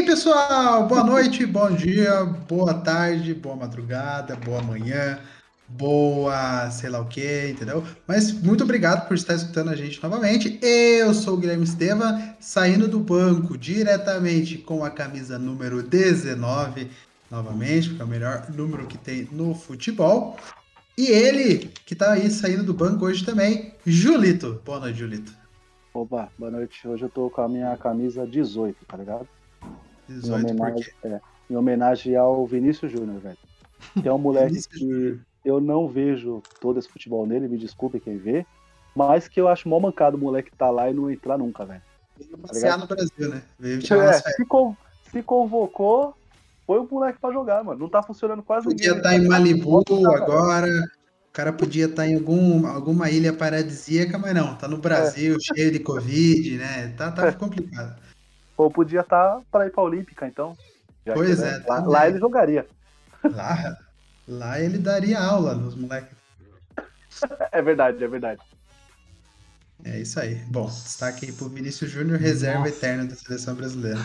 pessoal, boa noite, bom dia, boa tarde, boa madrugada, boa manhã, boa sei lá o que, entendeu? Mas muito obrigado por estar escutando a gente novamente. Eu sou o Guilherme Esteva, saindo do banco diretamente com a camisa número 19, novamente, porque é o melhor número que tem no futebol. E ele, que tá aí saindo do banco hoje também, Julito. Boa noite, Julito. Opa, boa noite. Hoje eu tô com a minha camisa 18, tá ligado? 18, por quê? Em homenagem ao Vinícius Júnior, velho. Que é um moleque Vinícius que Júnior. eu não vejo todo esse futebol nele, me desculpe quem vê, mas que eu acho mó mancado o moleque tá lá e não entrar nunca, velho. Veio passear no Brasil, né? Veio tirar É, umas férias. se convocou, foi o moleque pra jogar, mano. Não tá funcionando quase ninguém. Podia estar em Malibu agora, o cara podia estar em alguma ilha paradisíaca, mas não, tá no Brasil, cheio de Covid, né? Tá complicado. Ou podia estar pra ir pra Olímpica, então. Já Pois que, é, né? tá Lá ele jogaria. lá ele daria aula nos moleques. É verdade, é verdade. É isso aí. Bom, destaque aí pro Vinícius Júnior, reserva eterna da seleção brasileira.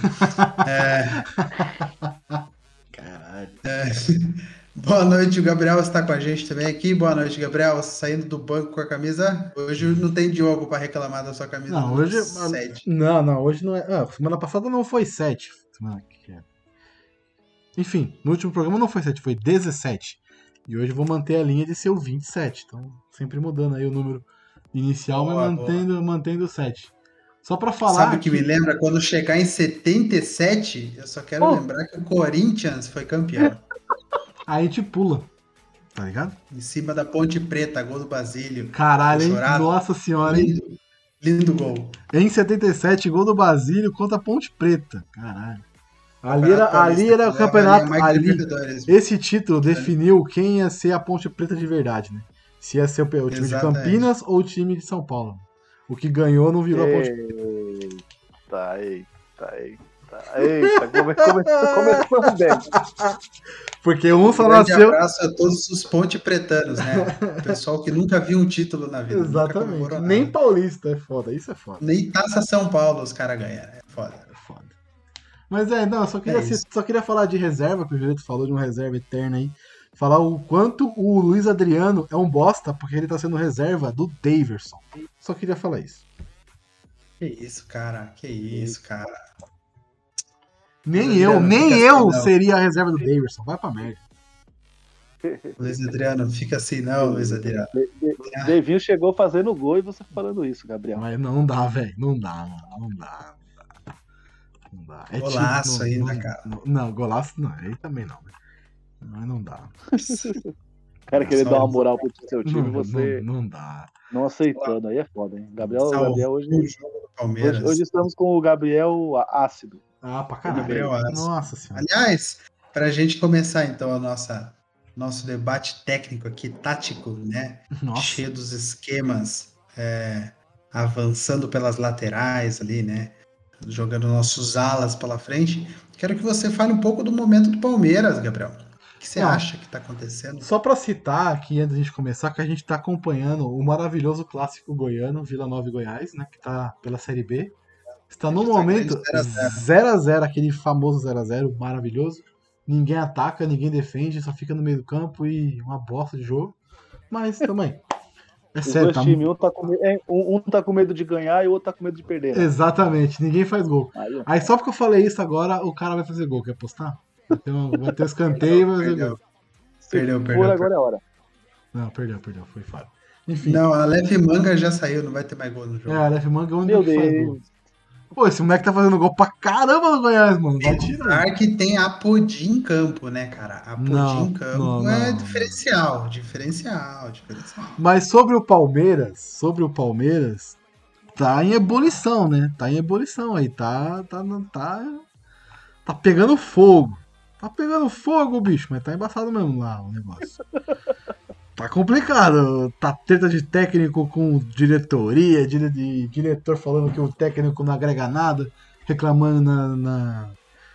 Caralho. Boa noite, o Gabriel está com a gente também aqui. Boa noite, Gabriel. Saindo do banco com a camisa. Hoje não tem Diogo para reclamar da sua camisa. Não, número hoje. 7. Não, hoje não é. Semana passada não foi 7. Enfim, no último programa não foi 7, foi 17. E hoje eu vou manter a linha de ser o 27. Então, sempre mudando aí o número inicial, Boa, mas mantendo o 7. Só pra falar. Sabe o que me lembra? Quando chegar em 77, eu só quero lembrar que o Corinthians foi campeão. Aí a gente pula, tá ligado? Em cima da Ponte Preta, gol do Basílio. Caralho, hein? Chorado. Nossa senhora, hein? Lindo gol. Em 77, gol do Basílio contra a Ponte Preta. Caralho. Ali era o campeonato. Esse título definiu quem ia ser a Ponte Preta de verdade, né? Se ia ser o time de Campinas ou o time de São Paulo. O que ganhou não virou a Ponte Preta. Eita, começou bem. Porque um só grande nasceu. Abraço a todos os ponte pretanos, né? O pessoal que nunca viu um título na vida. Exatamente. Nem paulista é foda, isso é foda. Nem Taça São Paulo os caras ganharam. É foda. Mas não, só queria falar de reserva, que o Julito falou de uma reserva eterna aí. Falar o quanto o Luiz Adriano é um bosta, porque ele tá sendo reserva do Daverson. Só queria falar isso. Que isso, cara. Nem eu seria a reserva do Daverson. Vai pra merda. Luiz Adriano, fica assim não, Luiz Adriano. Devinho chegou fazendo gol e você falando isso, Gabriel. Mas não dá, velho. Não dá, mano. Não dá. É golaço ainda, cara. Não, golaço não. Aí também não. Mas não dá. Cara, querer dar uma moral pro seu time, você não dá. Não aceitando, aí é foda, hein? Gabriel hoje. Hoje estamos com o Gabriel ácido. Ah, pra caralho. Nossa senhora. Aliás, pra gente começar então a nosso debate técnico aqui, tático, né? Nossa. Cheio dos esquemas, avançando pelas laterais ali, né? Jogando nossos alas pela frente. Quero que você fale um pouco do momento do Palmeiras, Gabriel. O que você acha que está acontecendo? Só para citar aqui, antes da gente começar, que a gente está acompanhando o maravilhoso clássico goiano, Vila Nova e Goiás, né, que está pela Série B. Está no momento 0x0, aquele famoso 0x0 maravilhoso. Ninguém ataca, ninguém defende, só fica no meio do campo e uma bosta de jogo. Mas também. É sério, dois times, um tá com medo de ganhar e o outro tá com medo de perder. Né? Exatamente, ninguém faz gol. Aí só porque eu falei isso agora, o cara vai fazer gol. Quer apostar? Vai ter escanteio e vai fazer gol. Perdeu. Agora é a hora. Não, perdeu, foi falha. Enfim. Não, a Aleph Manga já saiu, não vai ter mais gol no jogo. A Aleph Manga é o único que faz gol. Pô, esse moleque tá fazendo gol pra caramba no Goiás, mano. Vai tirar. Que tem a Podi em campo, né, cara? A Podi em campo é diferencial. Mas sobre o Palmeiras, tá em ebulição, né? Tá em ebulição aí, tá pegando fogo. Tá pegando fogo, bicho, mas tá embaçado mesmo lá o negócio. Tá complicado. Tá treta de técnico com diretoria, de diretor falando que o técnico não agrega nada, reclamando na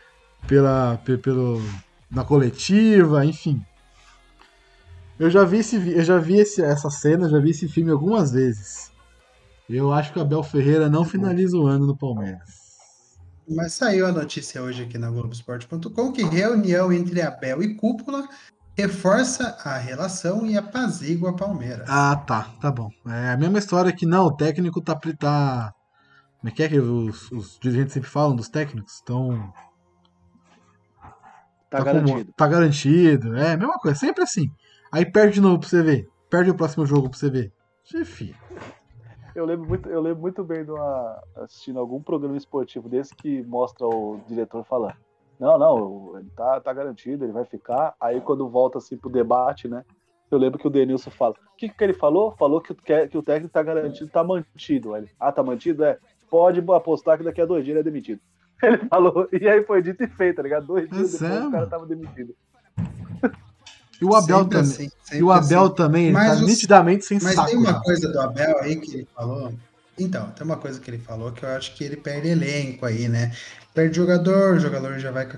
coletiva, enfim. Eu já vi essa cena, já vi esse filme algumas vezes. Eu acho que o Abel Ferreira não finaliza o ano no Palmeiras. Mas saiu a notícia hoje aqui na Globoesporte.com que reunião entre Abel e Cúpula reforça a relação e apazigua Palmeiras. Ah, tá bom. É a mesma história que não, o técnico tá. Como é que os dirigentes sempre falam dos técnicos? Então. Tá garantido. Tá garantido. É a mesma coisa, sempre assim. Aí perde de novo pra você ver. Perde o próximo jogo pra você ver. Chefe. Eu lembro muito bem assistindo algum programa esportivo desse que mostra o diretor falando. Não, ele tá garantido, ele vai ficar. Aí quando volta assim pro debate, né? Eu lembro que o Denilson fala. O que ele falou? Falou que o técnico tá garantido, tá mantido. Aí ele, tá mantido? É. Pode apostar que daqui a 2 dias ele é demitido. Ele falou, e aí foi dito e feito, tá ligado? 2 dias depois o cara tava demitido. E o Abel sempre também. Assim, e o Abel assim. também, ele tá nitidamente sem saco. Mas tem uma já. coisa do Abel aí que ele falou. Então, tem uma coisa que ele falou que eu acho que ele perde elenco aí, né? Perde jogador, o jogador já vai com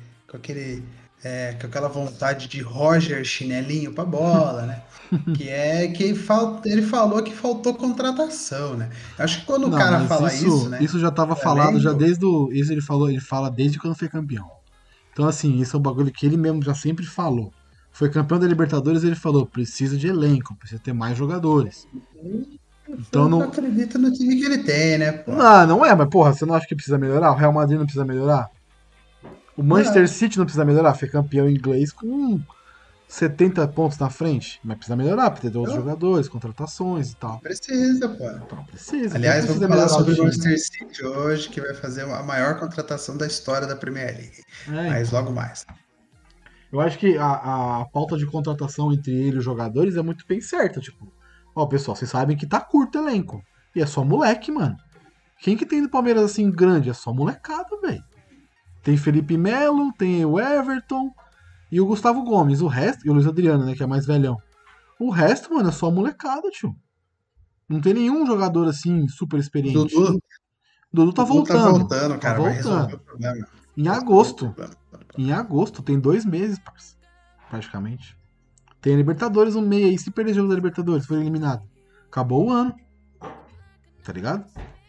aquela vontade de Roger chinelinho pra bola, né? Ele falou que faltou contratação, né? Eu acho que quando o cara fala isso, né? Isso já tava falado já desde o. Isso ele fala desde quando foi campeão. Então, assim, isso é um bagulho que ele mesmo já sempre falou. Foi campeão da Libertadores, ele falou: precisa de elenco, precisa ter mais jogadores. Então não acredito no time que ele tem, né? Pô? Não é, mas porra, você não acha que precisa melhorar? O Real Madrid não precisa melhorar? O Manchester City não precisa melhorar? Foi campeão inglês com 70 pontos na frente. Mas precisa melhorar, pra ter outros jogadores, contratações e tal. Precisa, pô. Então precisa. Aliás, vamos falar sobre o Manchester City hoje, que vai fazer a maior contratação da história da Premier League. Mas logo mais. Eu acho que a pauta de contratação entre ele e os jogadores é muito bem certa. Tipo, pessoal, vocês sabem que tá curto o elenco. E é só moleque, mano. Quem que tem do Palmeiras assim grande? É só molecada, velho. Tem Felipe Melo, tem o Everton e o Gustavo Gomes. O resto, e o Luiz Adriano, né, que é mais velhão. O resto, mano, é só molecada, tio. Não tem nenhum jogador assim super experiente. Dudu tá voltando. Tá voltando, cara. Vai resolver o problema. Em agosto. Em agosto, tem 2 meses, praticamente. Tem a Libertadores no meio aí. Se perder o jogo da Libertadores, for eliminado. Acabou o ano. Tá ligado?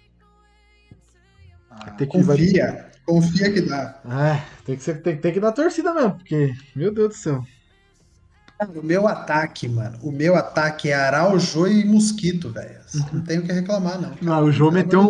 Confia que dá. Tem que dar torcida mesmo, porque, meu Deus do céu. O meu ataque, mano. O meu ataque é Araujo e Mosquito, velho. Não tenho o que reclamar, não. Não, o João meteu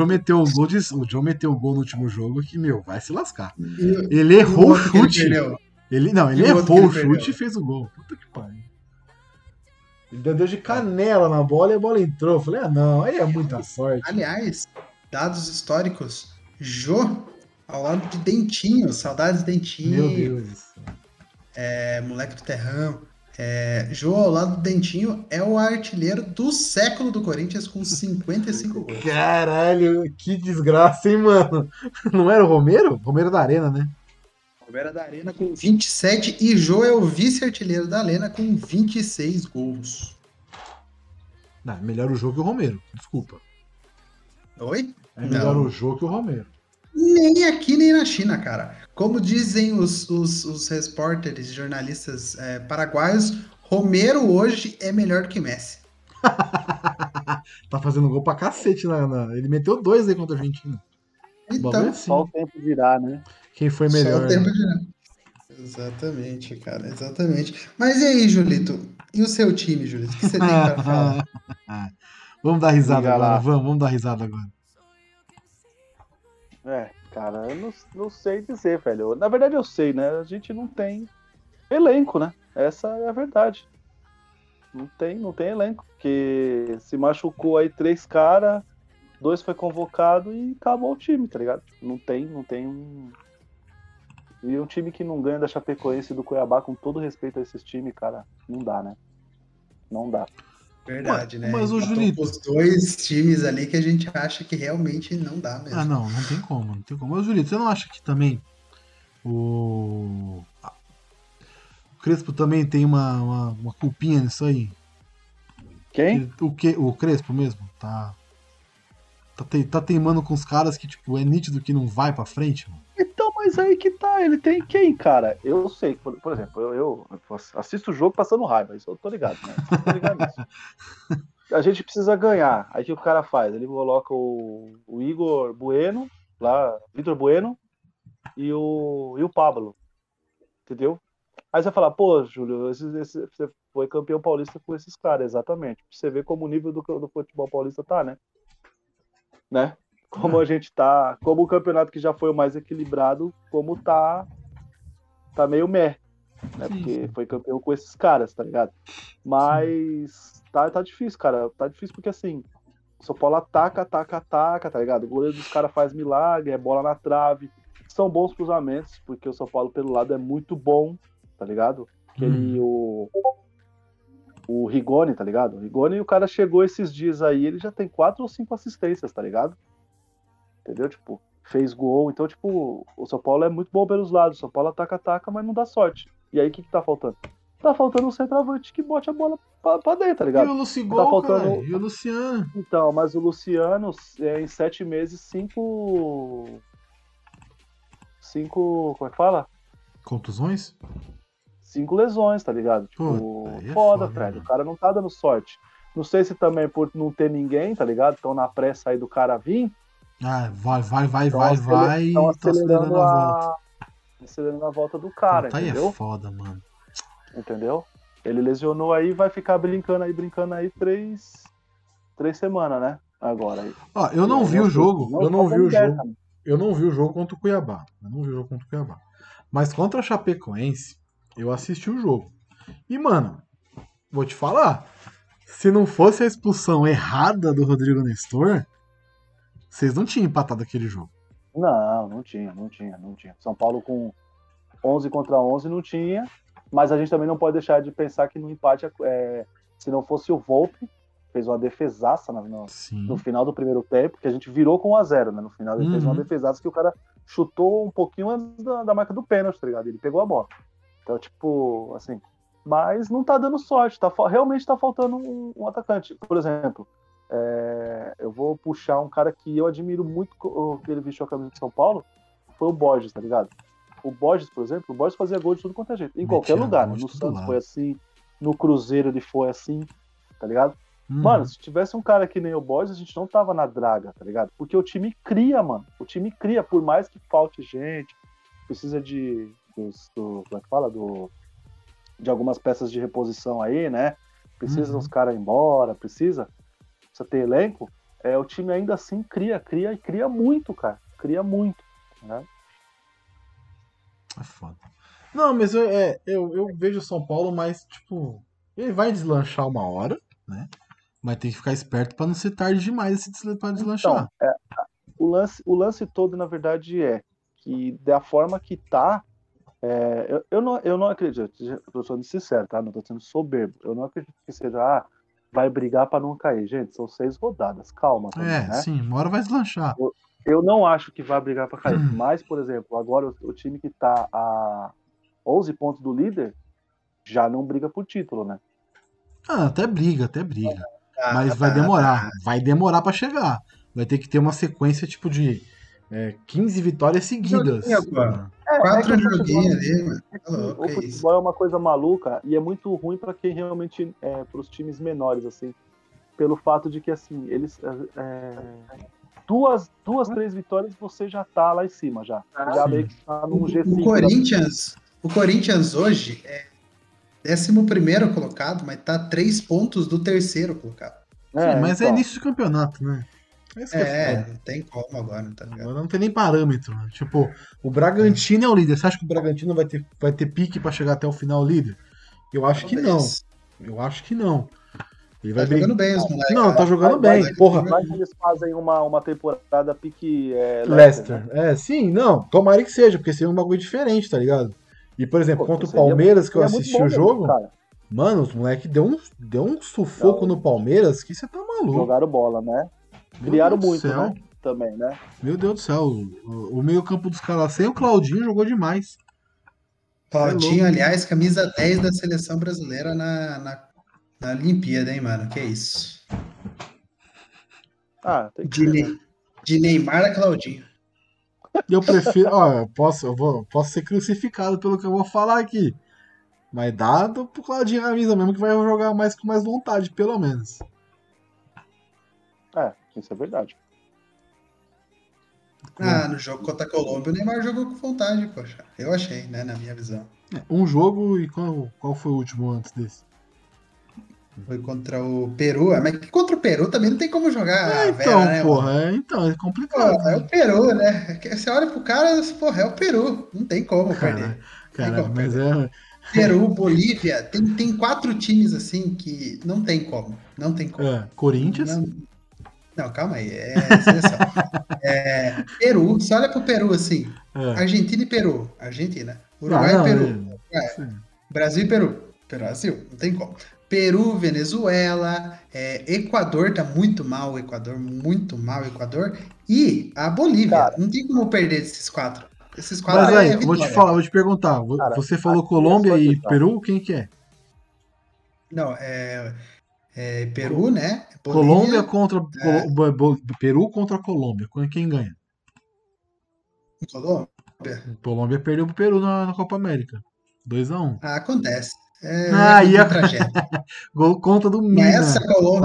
o gol no último jogo que, vai se lascar. Ele errou o chute. Ele errou o chute e fez o gol. Puta que pariu. Ele deu de canela na bola e a bola entrou. Eu falei, não, aí é muita sorte. Aliás, dados históricos. Jô, ao lado de Dentinho. Saudades Dentinho. Meu Deus. Moleque do terrão. Jô, ao lado do Dentinho, é o artilheiro do século do Corinthians com 55 gols. Caralho, que desgraça, hein, mano? Não era o Romero? Romero da Arena, né? Romero da Arena com 27 e Jô é o vice-artilheiro da Arena com 26 gols. Não, melhor o Jô que o Romero, desculpa. Oi? É melhor o Jô que o Romero. Nem aqui, nem na China, cara. Como dizem os repórteres, jornalistas paraguaios, Romero hoje é melhor do que Messi. Tá fazendo gol pra cacete. Ele meteu 2 aí contra a Argentina. Então, só o tempo virá, né? Quem foi melhor? Só o tempo virá. Exatamente, cara, exatamente. Mas e aí, Julito? E o seu time, Julito? O que você tem pra falar? Vamos dar risada agora, vamos dar risada agora. Cara, eu não sei dizer, velho. Na verdade eu sei, né? A gente não tem elenco, né? Essa é a verdade. Não tem elenco. Porque se machucou aí 3 caras, 2 foi convocado e acabou o time, tá ligado? Não tem um... E um time que não ganha da Chapecoense e do Cuiabá, com todo respeito a esses times, cara, não dá, né? Não dá. Verdade, né? Mas o Julito... Os 2 times ali que a gente acha que realmente não dá mesmo. Não tem como. Mas, Julito, você não acha que também o Crespo também tem uma culpinha nisso aí? Quem? O Crespo mesmo, tá teimando com os caras que, tipo, é nítido que não vai pra frente, mano. Então, mas aí que tá, ele tem quem, cara? Eu sei, por exemplo, eu assisto o jogo passando raiva, isso eu tô ligado, né? Tô ligado nisso. A gente precisa ganhar. Aí o que o cara faz? Ele coloca o Igor Bueno, lá, Vitor Bueno e o Pablo, entendeu? Aí você vai falar, pô, Júlio, você foi campeão paulista com esses caras, exatamente. Você vê como o nível do futebol paulista tá, né? Como a gente tá, como o campeonato que já foi o mais equilibrado, como tá meio meh, né? Porque foi campeão com esses caras, tá ligado? Mas tá difícil, cara. Tá difícil porque assim, o São Paulo ataca, tá ligado? O goleiro dos caras faz milagre, é bola na trave. São bons cruzamentos, porque o São Paulo pelo lado é muito bom, tá ligado? O Rigoni, tá ligado? O Rigoni, o cara chegou esses dias aí, ele já tem 4 ou 5 assistências, tá ligado? Entendeu? Tipo, fez gol. Então, tipo, o São Paulo é muito bom pelos lados. O São Paulo ataca, mas não dá sorte. E aí, o que tá faltando? Tá faltando um centroavante que bote a bola pra dentro, tá ligado? E o Lucigol, tá faltando... cara, e o Luciano? Então, mas o Luciano, em 7 meses, 5... Como é que fala? Contusões? 5 lesões, tá ligado? Tipo, foda, Fred. O cara não tá dando sorte. Não sei se também por não ter ninguém, tá ligado? Estão na pressa aí do cara vir. Ah, vai, Estão acelerando a volta. Acelerando a volta do cara, entendeu? É foda, mano. Entendeu? Ele lesionou aí, vai ficar brincando aí 3 semanas, né? Agora aí. Ó, eu não vi o jogo. Eu não vi o jogo contra o Cuiabá. Mas contra a Chapecoense, eu assisti o jogo. E, mano, vou te falar. Se não fosse a expulsão errada do Rodrigo Nestor, vocês não tinham empatado aquele jogo. Não tinha. São Paulo com 11 contra 11 não tinha, mas a gente também não pode deixar de pensar que no empate, se não fosse o Volpe, fez uma defesaça no final do primeiro tempo, que a gente virou com 1-0, né? No final ele fez uma defesaça que o cara chutou um pouquinho antes da marca do pênalti, tá ligado? Ele pegou a bola. Então, tipo, assim, mas não tá dando sorte, realmente tá faltando um atacante. Por exemplo, eu vou puxar um cara que eu admiro muito, que ele vestiu a camisa de São Paulo, foi o Borges, tá ligado? O Borges, por exemplo, o Borges fazia gol de tudo quanto é jeito. Em qualquer lugar, né? No Santos foi assim, no Cruzeiro ele foi assim, tá ligado? Mano, se tivesse um cara que nem o Borges, a gente não tava na draga, tá ligado? Porque o time cria, mano. O time cria, por mais que falte gente, precisa como é que fala? De algumas peças de reposição aí, né? Precisa os caras ir embora, precisa ter elenco. O time ainda assim cria muito, cara. Cria muito, né? É foda. Não, mas eu vejo o São Paulo, mas, tipo, ele vai deslanchar uma hora, né? Mas tem que ficar esperto pra não ser tarde demais pra deslanchar. Então, o lance todo, na verdade, é que da forma que tá, eu não acredito, tô sendo sincero, tá? Não tô sendo soberbo. Eu não acredito que seja, vai brigar pra não cair. Gente, são 6 rodadas, calma também, né? Sim, uma hora vai deslanchar. Eu não acho que vai brigar pra cair. Mas, por exemplo, agora o time que tá a 11 pontos do líder já não briga por título, né? Até briga. Mas vai demorar pra chegar. Vai ter que ter uma sequência tipo de 15 vitórias seguidas. 4 joguinhos ali, mano. O futebol é uma coisa maluca e é muito ruim pra quem realmente pros times menores, assim. Pelo fato de que, assim, eles... duas, 3 vitórias você já tá lá em cima, já meio que tá num G5. O Corinthians hoje é 11º colocado, mas tá 3 pontos do 3º colocado. Mas então, é início de campeonato, né? Não tem como agora, tá ligado? Agora não tem nem parâmetro, né? Tipo, o Bragantino é o líder. Você acha que o Bragantino vai ter pique pra chegar até o final líder? Eu acho que não. Ele vai jogando bem os moleques. Não, tá jogando bem. Porra. Mas eles fazem uma temporada pique Leicester. Né? Sim, não. Tomara que seja, porque seria um bagulho diferente, tá ligado? E, por exemplo, contra o Palmeiras, que eu assisti o jogo, mano, os moleques deu um sufoco no Palmeiras que você tá maluco. Jogaram bola, né? Criaram muito, né? Também, né? Meu Deus do céu. O meio-campo dos caras sem o Claudinho jogou demais. Claudinho, aliás, camisa 10 da seleção brasileira na Olimpíada, hein, mano? Que isso? Tem que de Neymar a Claudinho. Eu prefiro. Eu posso ser crucificado pelo que eu vou falar aqui. Mas dado pro Claudinho a camisa mesmo, que vai jogar com mais vontade, pelo menos. Isso é verdade. No jogo contra a Colômbia, o Neymar jogou com vontade, poxa. Eu achei, né, na minha visão. Um jogo e qual foi o último antes desse? Foi contra o Peru, mas que contra o Peru também não tem como jogar a Então, Vera, né, porra, mano? é complicado. Pô, é o Peru, né? Você olha pro cara, porra, é o Peru. Não tem como perder. Cara, mas é. Peru, Bolívia, tem 4 times assim que não tem como. Não tem como. Corinthians? Não, calma aí. É seleção. Peru, você olha pro Peru assim. Argentina e Peru. Argentina. Uruguai e Peru. Brasil e Peru. Brasil, não tem como. Peru, Venezuela, Equador tá muito mal, Equador. E a Bolívia. Cara, não tem como perder esses 4. Esses 4 mas aí, vou te perguntar. Cara, você falou Colômbia e Peru, quem que é? Não, Peru, né? Bolívia, Colômbia contra Peru contra Colômbia. Quem ganha? Colômbia. Colômbia perdeu pro Peru na Copa América. 2-1. Acontece. Tragédia. Gol contra do Mina. Mas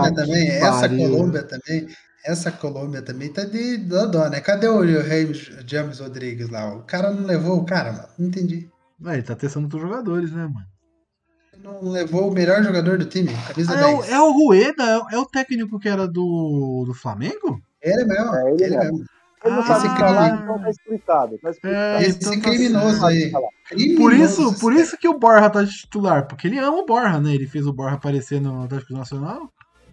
essa Colômbia também tá de dodó, né? Cadê o James Rodrigues lá? O cara não levou o cara, mano. Não entendi. Ele tá testando outros jogadores, né, mano? Não levou o melhor jogador do time, camisa 10. É o Rueda? É o técnico que era do Flamengo? Ele mesmo. Ele mesmo. Ele não sabe falar, então tá explicado. Esse criminoso aí. Por isso que o Borja tá de titular, porque ele ama o Borja, né? Ele fez o Borja aparecer no Atlético Nacional.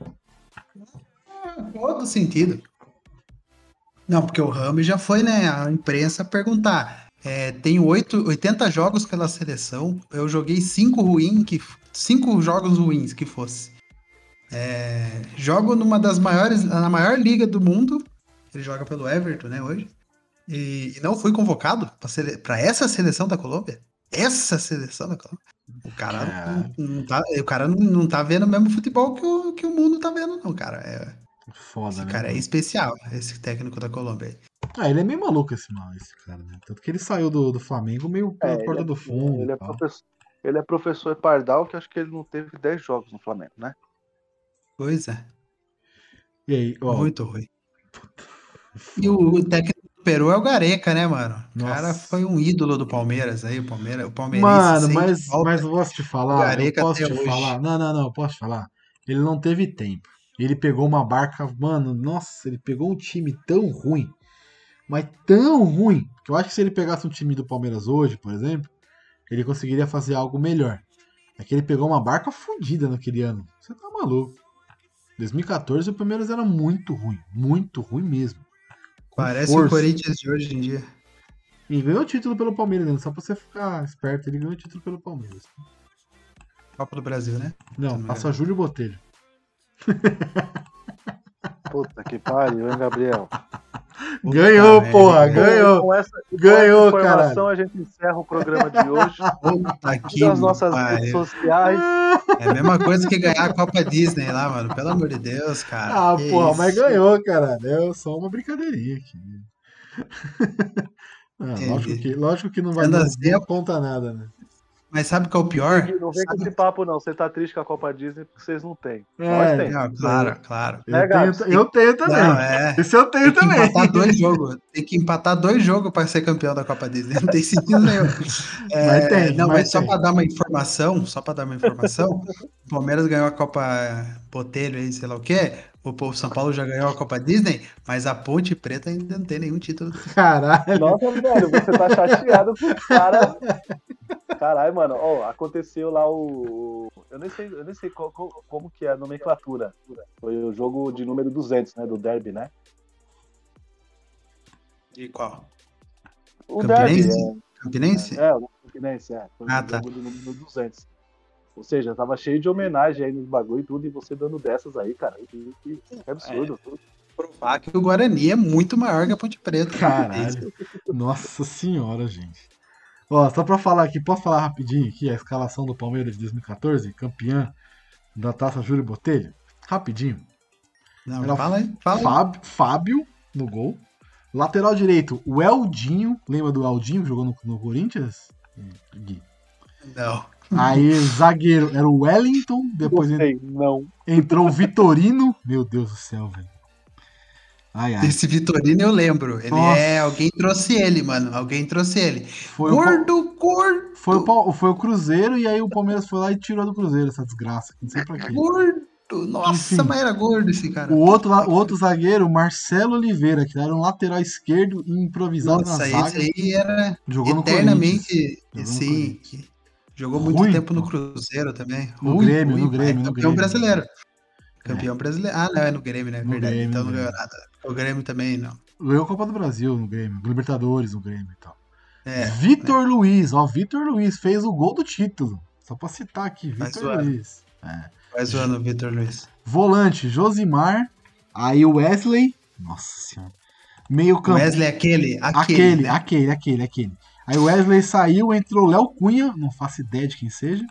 Todo sentido. Não, porque o Rami já foi, né? A imprensa perguntar. Tenho 80 jogos pela seleção. Eu joguei 5 jogos ruins que fosse. Jogo na maior liga do mundo. Ele joga pelo Everton, né, hoje. E não foi convocado para essa seleção da Colômbia. Essa seleção da Colômbia. O cara não tá vendo o mesmo futebol que o mundo tá vendo, não, cara. Foda, esse cara é especial, esse técnico da Colômbia. Ele é meio maluco esse cara, né? Tanto que ele saiu do Flamengo meio pela porta do fundo. Ele é professor Pardal, que acho que ele não teve 10 jogos no Flamengo, né? Pois é. E aí, muito ruim. E o técnico do Peru é o Gareca, né, mano? O cara foi um ídolo do Palmeiras aí, o Palmeirense. Mano, mas eu posso te falar, eu posso te falar. Ele não teve tempo. Ele pegou uma barca, mano, nossa, ele pegou um time tão ruim, mas tão ruim, que eu acho que se ele pegasse um time do Palmeiras hoje, por exemplo, ele conseguiria fazer algo melhor. É que ele pegou uma barca fodida naquele ano. Você tá maluco. 2014 o Palmeiras era muito ruim mesmo. Parece o Corinthians de hoje em dia. E ganhou o título pelo Palmeiras, né? Só pra você ficar esperto, ele ganhou o título pelo Palmeiras. Copa do Brasil, né? Não, passa Júlio Botelho. Puta que pariu, hein, Gabriel? Ganhou, porra, ganhou. Com essa informação, cara. A gente encerra o programa de hoje. Nas nossas redes sociais. É a mesma coisa que ganhar a Copa Disney lá, mano. Pelo amor de Deus, cara. Porra, mas ganhou, cara. É só uma brincadeirinha aqui. Lógico que não vai dar conta nada, né? Mas sabe o que é o pior? Não vem com esse papo, não. Você tá triste com a Copa Disney porque vocês não têm. Nós temos. Claro. Eu tenho também. Esse eu tenho também. Tem que empatar 2 jogos para ser campeão da Copa Disney. Não tem sentido nenhum. Mas só para dar uma informação, o Palmeiras ganhou a Copa Botelho aí, sei lá o quê. O São Paulo já ganhou a Copa Disney, mas a Ponte Preta ainda não tem nenhum título. Caralho. Nossa, velho, você tá chateado com o cara. Caralho, mano, aconteceu lá eu nem sei como que é a nomenclatura. Foi o jogo de número 200, né, do derby, né? De qual? O Campinense? Derby. Campinense? O Campinense, Foi o jogo de número 200. Ou seja, tava cheio de homenagem aí nos bagulho e tudo, e você dando dessas aí, cara. Que absurdo. Provar que o Guarani é muito maior que a Ponte Preta. Caralho. Nossa senhora, gente. Só pra falar aqui, posso falar rapidinho aqui a escalação do Palmeiras de 2014, campeã da Taça Júlio Botelho? Rapidinho. Não, fala aí. Fábio no gol. Lateral direito, o Eldinho. Lembra do Eldinho que jogou no Corinthians? Gui. Não. Aí, zagueiro era o Wellington. Depois não. Entrou o Vitorino. Meu Deus do céu, velho. Ai, ai. Esse Vitorino eu lembro. Ele Nossa. Alguém trouxe ele, mano. Alguém trouxe ele. Foi Gordo. foi o Cruzeiro e aí o Palmeiras foi lá e tirou do Cruzeiro essa desgraça. Não sei pra quê. Gordo. Nossa, Enfim, mas era gordo esse cara. o outro zagueiro, Marcelo Oliveira, que era um lateral esquerdo e improvisado na Nossa, zaga. esse aí era Jogou no eternamente. Corinthians. Jogou no Sim. Corinthians. Jogou muito Ruim, tempo no pô. Cruzeiro também. No Ruim, Grêmio, ruim, no Grêmio, mas no campeão Grêmio. brasileiro. Campeão brasileiro. Ah, não, é no Grêmio, né? No Verdade. Grêmio, Então no não ganhou Grêmio. nada. O Grêmio também não. Ganhou a Copa do Brasil no Grêmio, Libertadores no Grêmio e tal. É. Vitor Luiz, ó, Vitor Luiz fez o gol do título. Só pra citar aqui, Vai Vitor zoando. Luiz. É. Vai zoando o Vitor Luiz. Volante, Josimar. Aí o Wesley. Nossa senhora. Meio campo. Wesley, aquele. Aquele. Né? Aí o Wesley saiu, entrou o Léo Cunha, não faço ideia de quem seja.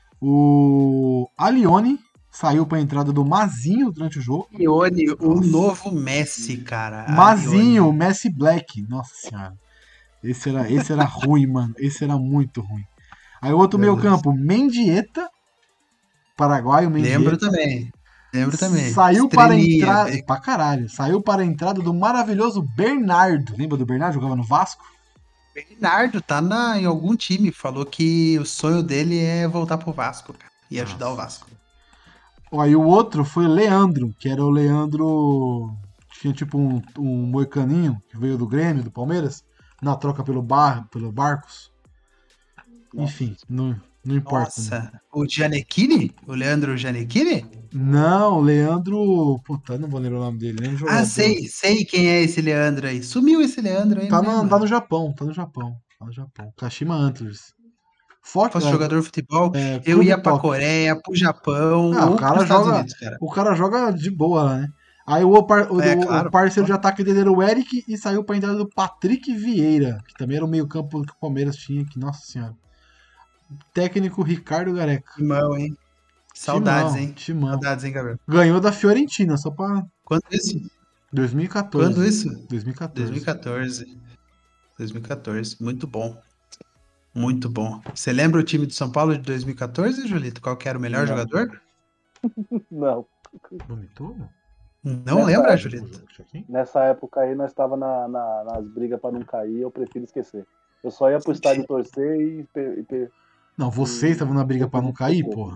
O Alione saiu pra entrada do Mazinho durante o jogo. Alione, o Nossa. novo Messi, cara. Mazinho, o Alione. Messi Black. Nossa senhora. Esse era ruim, mano. Esse era muito ruim. Aí o outro meio campo, Mendieta. Paraguaio, Mendieta. Lembro também. Saiu para a entrada. velho. Pra caralho. Saiu para a entrada do maravilhoso Bernardo. Lembra do Bernardo? Jogava no Vasco? Bernardo tá em algum time. Falou que o sonho dele é voltar pro Vasco, cara. E ajudar o Vasco. Aí o outro foi o Leandro, que era o Leandro. Tinha tipo um moicaninho que veio do Grêmio, do Palmeiras, na troca pelo Barcos. Enfim, não importa. Nossa, Né? o Gianecchini? O Leandro Gianecchini? Não, o Leandro. Puta, não vou lembrar o nome dele, nem jogador. Ah, sei quem é esse Leandro aí. Sumiu esse Leandro aí. Tá né, no Japão. Kashima Antlers. Fosse jogador de futebol, eu Clube ia pra Tóquio. Coreia, pro Japão Ah, ou o cara pros Estados joga, Unidos, cara. o cara joga de boa lá, né? Aí Claro. o parceiro de ataque dele era o Eric e saiu pra entrada do Patrick Vieira, que também era o meio campo que o Palmeiras tinha, que nossa senhora. Técnico Ricardo Gareca. Timão, hein? Saudades, hein? Timão. Saudades, hein, Gabriel? Ganhou da Fiorentina, só pra... Quando isso? 2014. Quando isso? 2014. 2014. Muito bom. Muito bom. Você lembra o time de São Paulo de 2014, Julito? Qual que era o melhor jogador? Não. Vomitou? Não lembra, Julito? Nessa época aí nós tava nas brigas pra não cair, eu prefiro esquecer. Eu só ia pro estádio torcer e Não, vocês estavam na briga pra não cair, porra.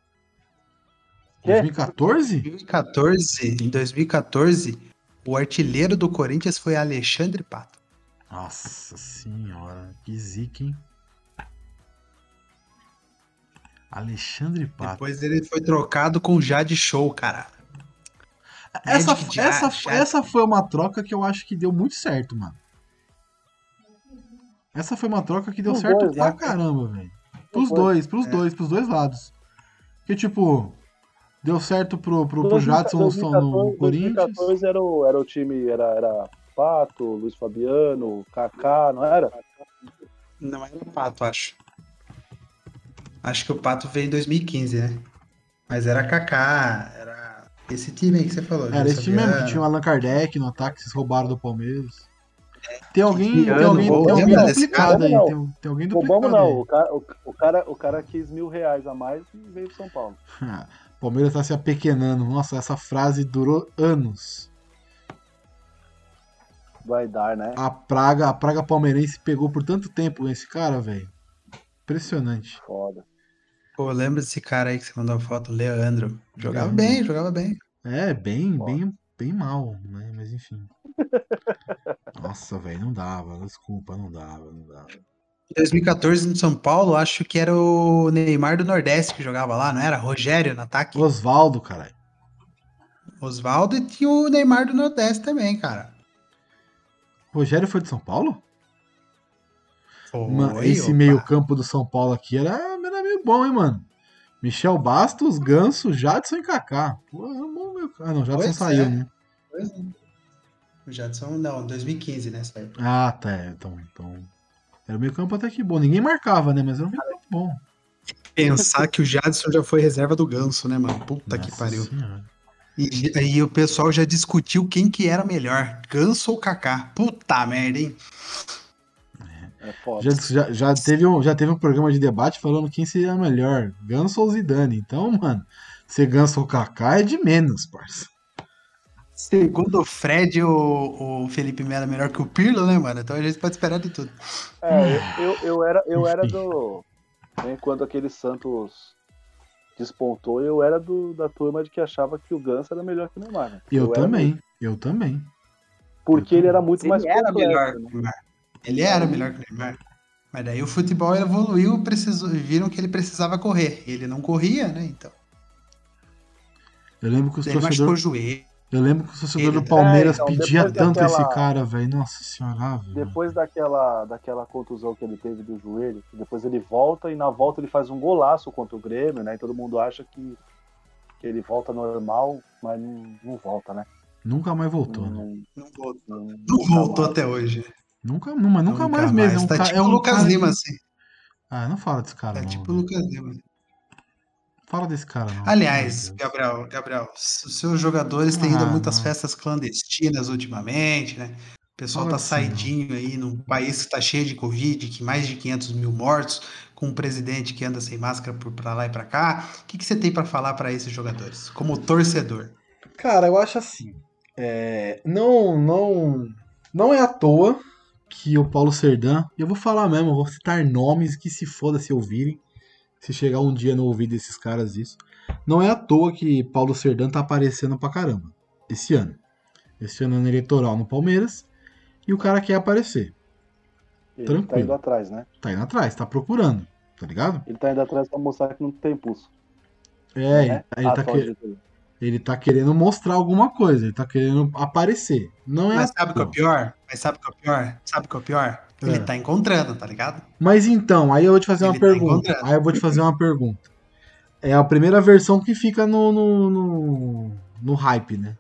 Quê? 2014? Em 2014, o artilheiro do Corinthians foi Alexandre Pato. Nossa senhora, que zica, hein? Alexandre Pato. Depois ele foi trocado com Jade Show, cara. Essa foi uma troca que eu acho que deu muito certo, mano. Essa foi uma troca que deu certo pra caramba, velho. Pros dois lados. Porque, tipo, deu certo pro Jadson no Corinthians. 2014 era o time, era Pato, Luiz Fabiano, Kaká, não era? Não era o Pato, acho. Acho que o Pato veio em 2015, né? Mas era Kaká, era esse time aí que você falou. Era esse time mesmo, que tinha o Allan Kardec no ataque, que vocês roubaram do Palmeiras. Tem alguém duplicado aí. Tem alguém duplicado não, aí. o cara quis R$1.000 a mais e veio pro São Paulo. O Palmeiras tá se apequenando. Nossa, essa frase durou anos. Vai dar, né? A praga palmeirense pegou por tanto tempo esse cara, velho. Impressionante. Foda. Pô, lembra desse cara aí que você mandou a foto, Leandro? Jogava bem. É, bem mal, né? Mas enfim. Nossa, velho, não dava. Desculpa, não dava. Em 2014, no São Paulo, acho que era o Neymar do Nordeste que jogava lá, não era? Rogério no ataque? Osvaldo, caralho. Osvaldo e tinha o Neymar do Nordeste também, cara. Rogério foi de São Paulo? Foi, esse meio campo do São Paulo aqui era meio bom, hein, mano? Michel Bastos, Ganso, Jadson e Kaká. Pô, era um bom meio campo. Ah, não, Jadson saiu, né? Pois é. O Jadson, não, 2015, né? Saiu. Ah, tá. Então. Era meio campo até que bom. Ninguém marcava, né? Mas era um meio campo bom. Pensar que o Jadson já foi reserva do Ganso, né, mano? Puta que pariu. E aí o pessoal já discutiu quem que era melhor, Ganso ou Kaká. Puta merda, hein? É foda. Já teve um programa de debate falando quem seria melhor, Ganso ou Zidane. Então, mano, ser Ganso ou Kaká é de menos, parça. Segundo o Fred, o Felipe Melo é melhor que o Pirlo, né, mano? Então a gente pode esperar de tudo. Eu era do... Né, quando aquele Santos despontou, eu era da turma de que achava que o Ganso era melhor que o Neymar. Né? Eu também. Porque ele era muito mais completo. Melhor, né? Ele era melhor que o Neymar. Mas daí o futebol evoluiu, viram que ele precisava correr. Ele não corria, né? Então. Eu lembro que os Ele machucou o joelho. Eu lembro que o torcedor do Palmeiras pedia tanto esse cara, velho. Nossa senhora, velho. Depois daquela contusão que ele teve do joelho, depois ele volta e na volta ele faz um golaço contra o Grêmio, né? E todo mundo acha que ele volta normal, mas não volta, né? Nunca mais voltou, né? Não voltou até hoje. Nunca mais mesmo. Tá tipo o Lucas Lima, assim. Ah, não fala desse cara, não. Tipo o Lucas Lima. Fala desse cara, não. Aliás, Gabriel, os seus jogadores têm ido a muitas festas clandestinas ultimamente, né? O pessoal tá saidinho aí num país que tá cheio de Covid, que mais de 500 mil mortos, com um presidente que anda sem máscara pra lá e pra cá. O que você tem pra falar pra esses jogadores, como torcedor? Cara, eu acho assim, não é à toa que o Paulo Serdã, eu vou falar mesmo, eu vou citar nomes que se foda se ouvirem, se chegar um dia no ouvido desses caras isso. Não é à toa que Paulo Serdã tá aparecendo pra caramba esse ano. Esse ano é eleitoral no Palmeiras e o cara quer aparecer. Ele tranquilo. Tá indo atrás, né? Tá indo atrás, tá procurando, tá ligado? Ele tá indo atrás pra mostrar que não tem impulso. Né? Ele tá querendo mostrar alguma coisa, ele tá querendo aparecer. Não é. Mas sabe o que é o pior? Sabe o que é o pior? Ele tá encontrando, tá ligado? Mas então, aí eu vou te fazer uma pergunta. É a primeira versão que fica no hype, né?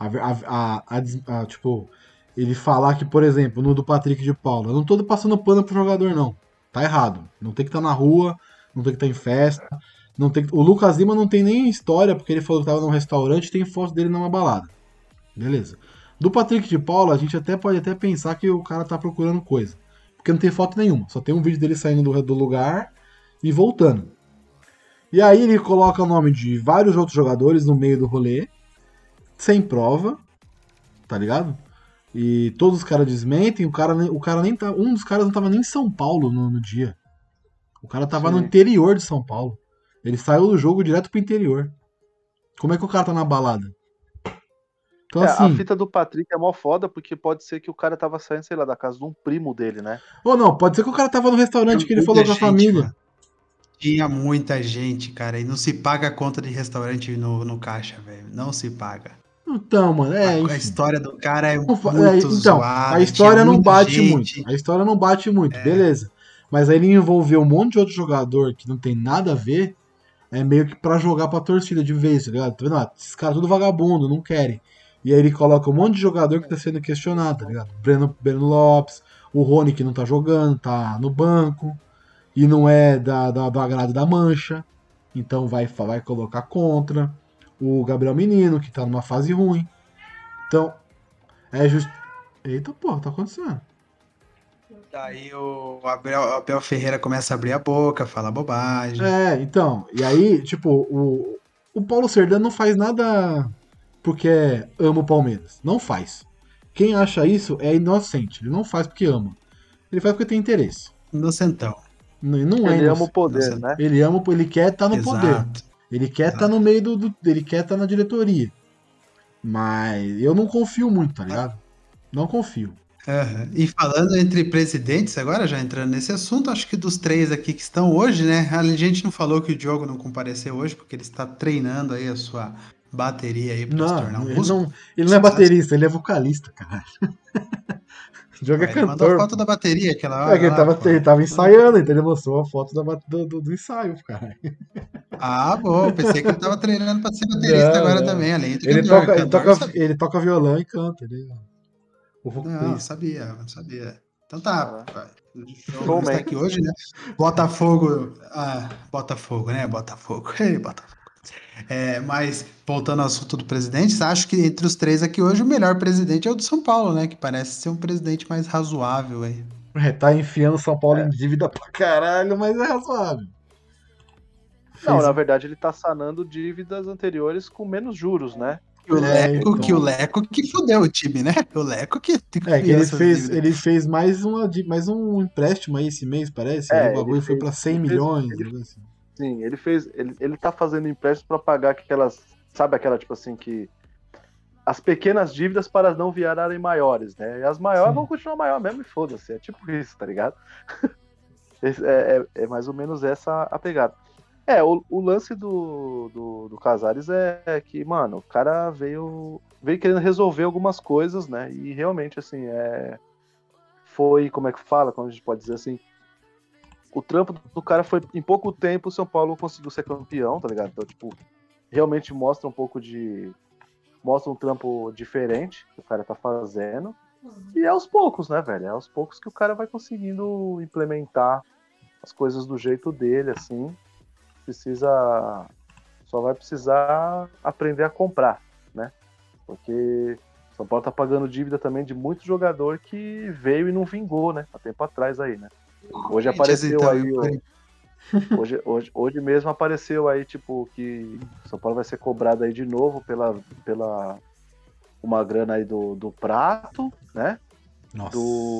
Tipo, ele falar que, por exemplo, no do Patrick de Paula, eu não tô passando pano pro jogador, não. Tá errado. Não tem que estar na rua, não tem que estar em festa. O Lucas Lima não tem nem história, porque ele falou que tava num restaurante e tem foto dele numa balada. Beleza. Do Patrick de Paula, a gente pode até pensar que o cara tá procurando coisa. Porque não tem foto nenhuma. Só tem um vídeo dele saindo do lugar e voltando. E aí ele coloca o nome de vários outros jogadores no meio do rolê, sem prova, tá ligado? E todos os caras desmentem, o cara nem tá. Um dos caras não tava nem em São Paulo no dia. O cara tava no interior de São Paulo. Ele saiu do jogo direto pro interior. Como é que o cara tá na balada? Então, assim, a fita do Patrick é mó foda, porque pode ser que o cara tava saindo, sei lá, da casa de um primo dele, né? Ou não, pode ser que o cara tava no restaurante que ele falou com a família. Mano. Tinha muita gente, cara, e não se paga a conta de restaurante no caixa, velho. Não se paga. Então, mano, a história do cara é muito zoada. A história não bate muito. A história não bate muito, beleza. Mas aí ele envolveu um monte de outro jogador que não tem nada a ver, meio que pra jogar pra torcida de vez, tá ligado? Tá vendo? Esses caras tudo vagabundo, não querem. E aí ele coloca um monte de jogador que tá sendo questionado, tá ligado? Breno Lopes, o Rony que não tá jogando, tá no banco, e não é do agrado da mancha, então vai colocar contra. O Gabriel Menino, que tá numa fase ruim. Então, Eita porra, tá acontecendo. Daí o Abel Ferreira começa a abrir a boca, fala bobagem. Então, e aí, tipo, o Paulo Serdã não faz nada porque ama o Palmeiras. Não faz. Quem acha isso é inocente. Ele não faz porque ama. Ele faz porque tem interesse. Inocentão. Ele ama o poder, né? Ele quer estar no poder. Ele quer estar no meio ele quer estar na diretoria. Mas eu não confio muito, tá ligado? Não confio. E falando entre presidentes, agora já entrando nesse assunto, acho que dos três aqui que estão hoje, né? A gente não falou que o Diogo não compareceu hoje, porque ele está treinando aí a sua bateria aí para se tornar um músico. Ele não é baterista, ele é vocalista, caralho. O Diogo é cantor. Ele mandou a foto da bateria aquela hora. Ele tava ensaiando, então ele mostrou a foto do ensaio, caralho. Ah, bom, pensei que ele tava treinando para ser baterista agora também, além de ele toca violão e canta. Não sabia. Então tá. Vamos estar aqui hoje, né? Botafogo, né? Botafogo. Mas, voltando ao assunto do presidente, acho que entre os três aqui hoje, o melhor presidente é o do São Paulo, né? Que parece ser um presidente mais razoável aí. Tá enfiando o São Paulo em dívida pra caralho, mas é razoável. Não, na verdade ele tá sanando dívidas anteriores com menos juros, né? Que o Leco que fudeu o time, né? O Leco que que ele fez mais um empréstimo aí esse mês, parece. Aí o bagulho foi pra 100 milhões. Assim. Sim, ele tá fazendo empréstimo pra pagar aquelas, sabe aquela tipo assim que as pequenas dívidas para não virarem maiores, né? E as maiores vão continuar maior mesmo e foda-se, é tipo isso, tá ligado? É mais ou menos essa a pegada. O lance do Casares é que, mano, o cara veio querendo resolver algumas coisas, né? E realmente, assim, foi, como é que fala, como a gente pode dizer assim, o trampo do cara foi, em pouco tempo, o São Paulo conseguiu ser campeão, tá ligado? Então, tipo, realmente mostra um trampo diferente que o cara tá fazendo. E é aos poucos, né, velho? É aos poucos que o cara vai conseguindo implementar as coisas do jeito dele, assim. Só vai precisar aprender a comprar, né? Porque São Paulo tá pagando dívida também de muito jogador que veio e não vingou, né? Há tempo atrás aí, né? Hoje apareceu aí hoje mesmo apareceu aí, tipo, que São Paulo vai ser cobrado aí de novo pela uma grana aí do Prato, né? Nossa.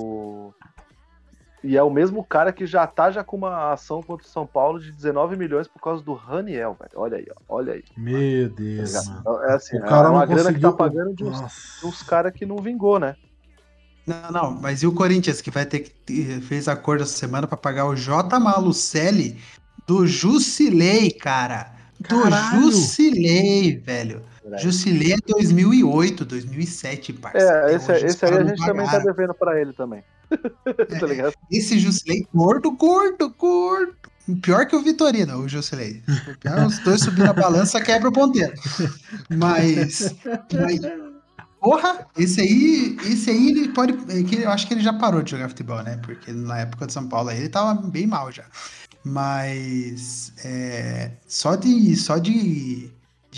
E é o mesmo cara que já com uma ação contra o São Paulo de 19 milhões por causa do Raniel, velho. Olha aí, ó. Olha aí. Meu Deus, tá mano. Assim, o cara uma não grana conseguiu... que tá pagando de uns caras que não vingou, né? Não, mas e o Corinthians, que vai ter que fez acordo essa semana pra pagar o J. Malucelli do Jusilei, cara. Caralho! Do Jusilei, velho. Jusilei é 2008, 2007, parceiro. Esse aí a gente também tá devendo pra ele também. Tá ligado? Esse Jusilei, gordo. Pior que o Vitorino, o Jusilei. Os dois subindo a balança, quebra o ponteiro. Mas porra, esse aí ele pode. Eu acho que ele já parou de jogar futebol, né? Porque na época de São Paulo aí ele tava bem mal já. Mas só de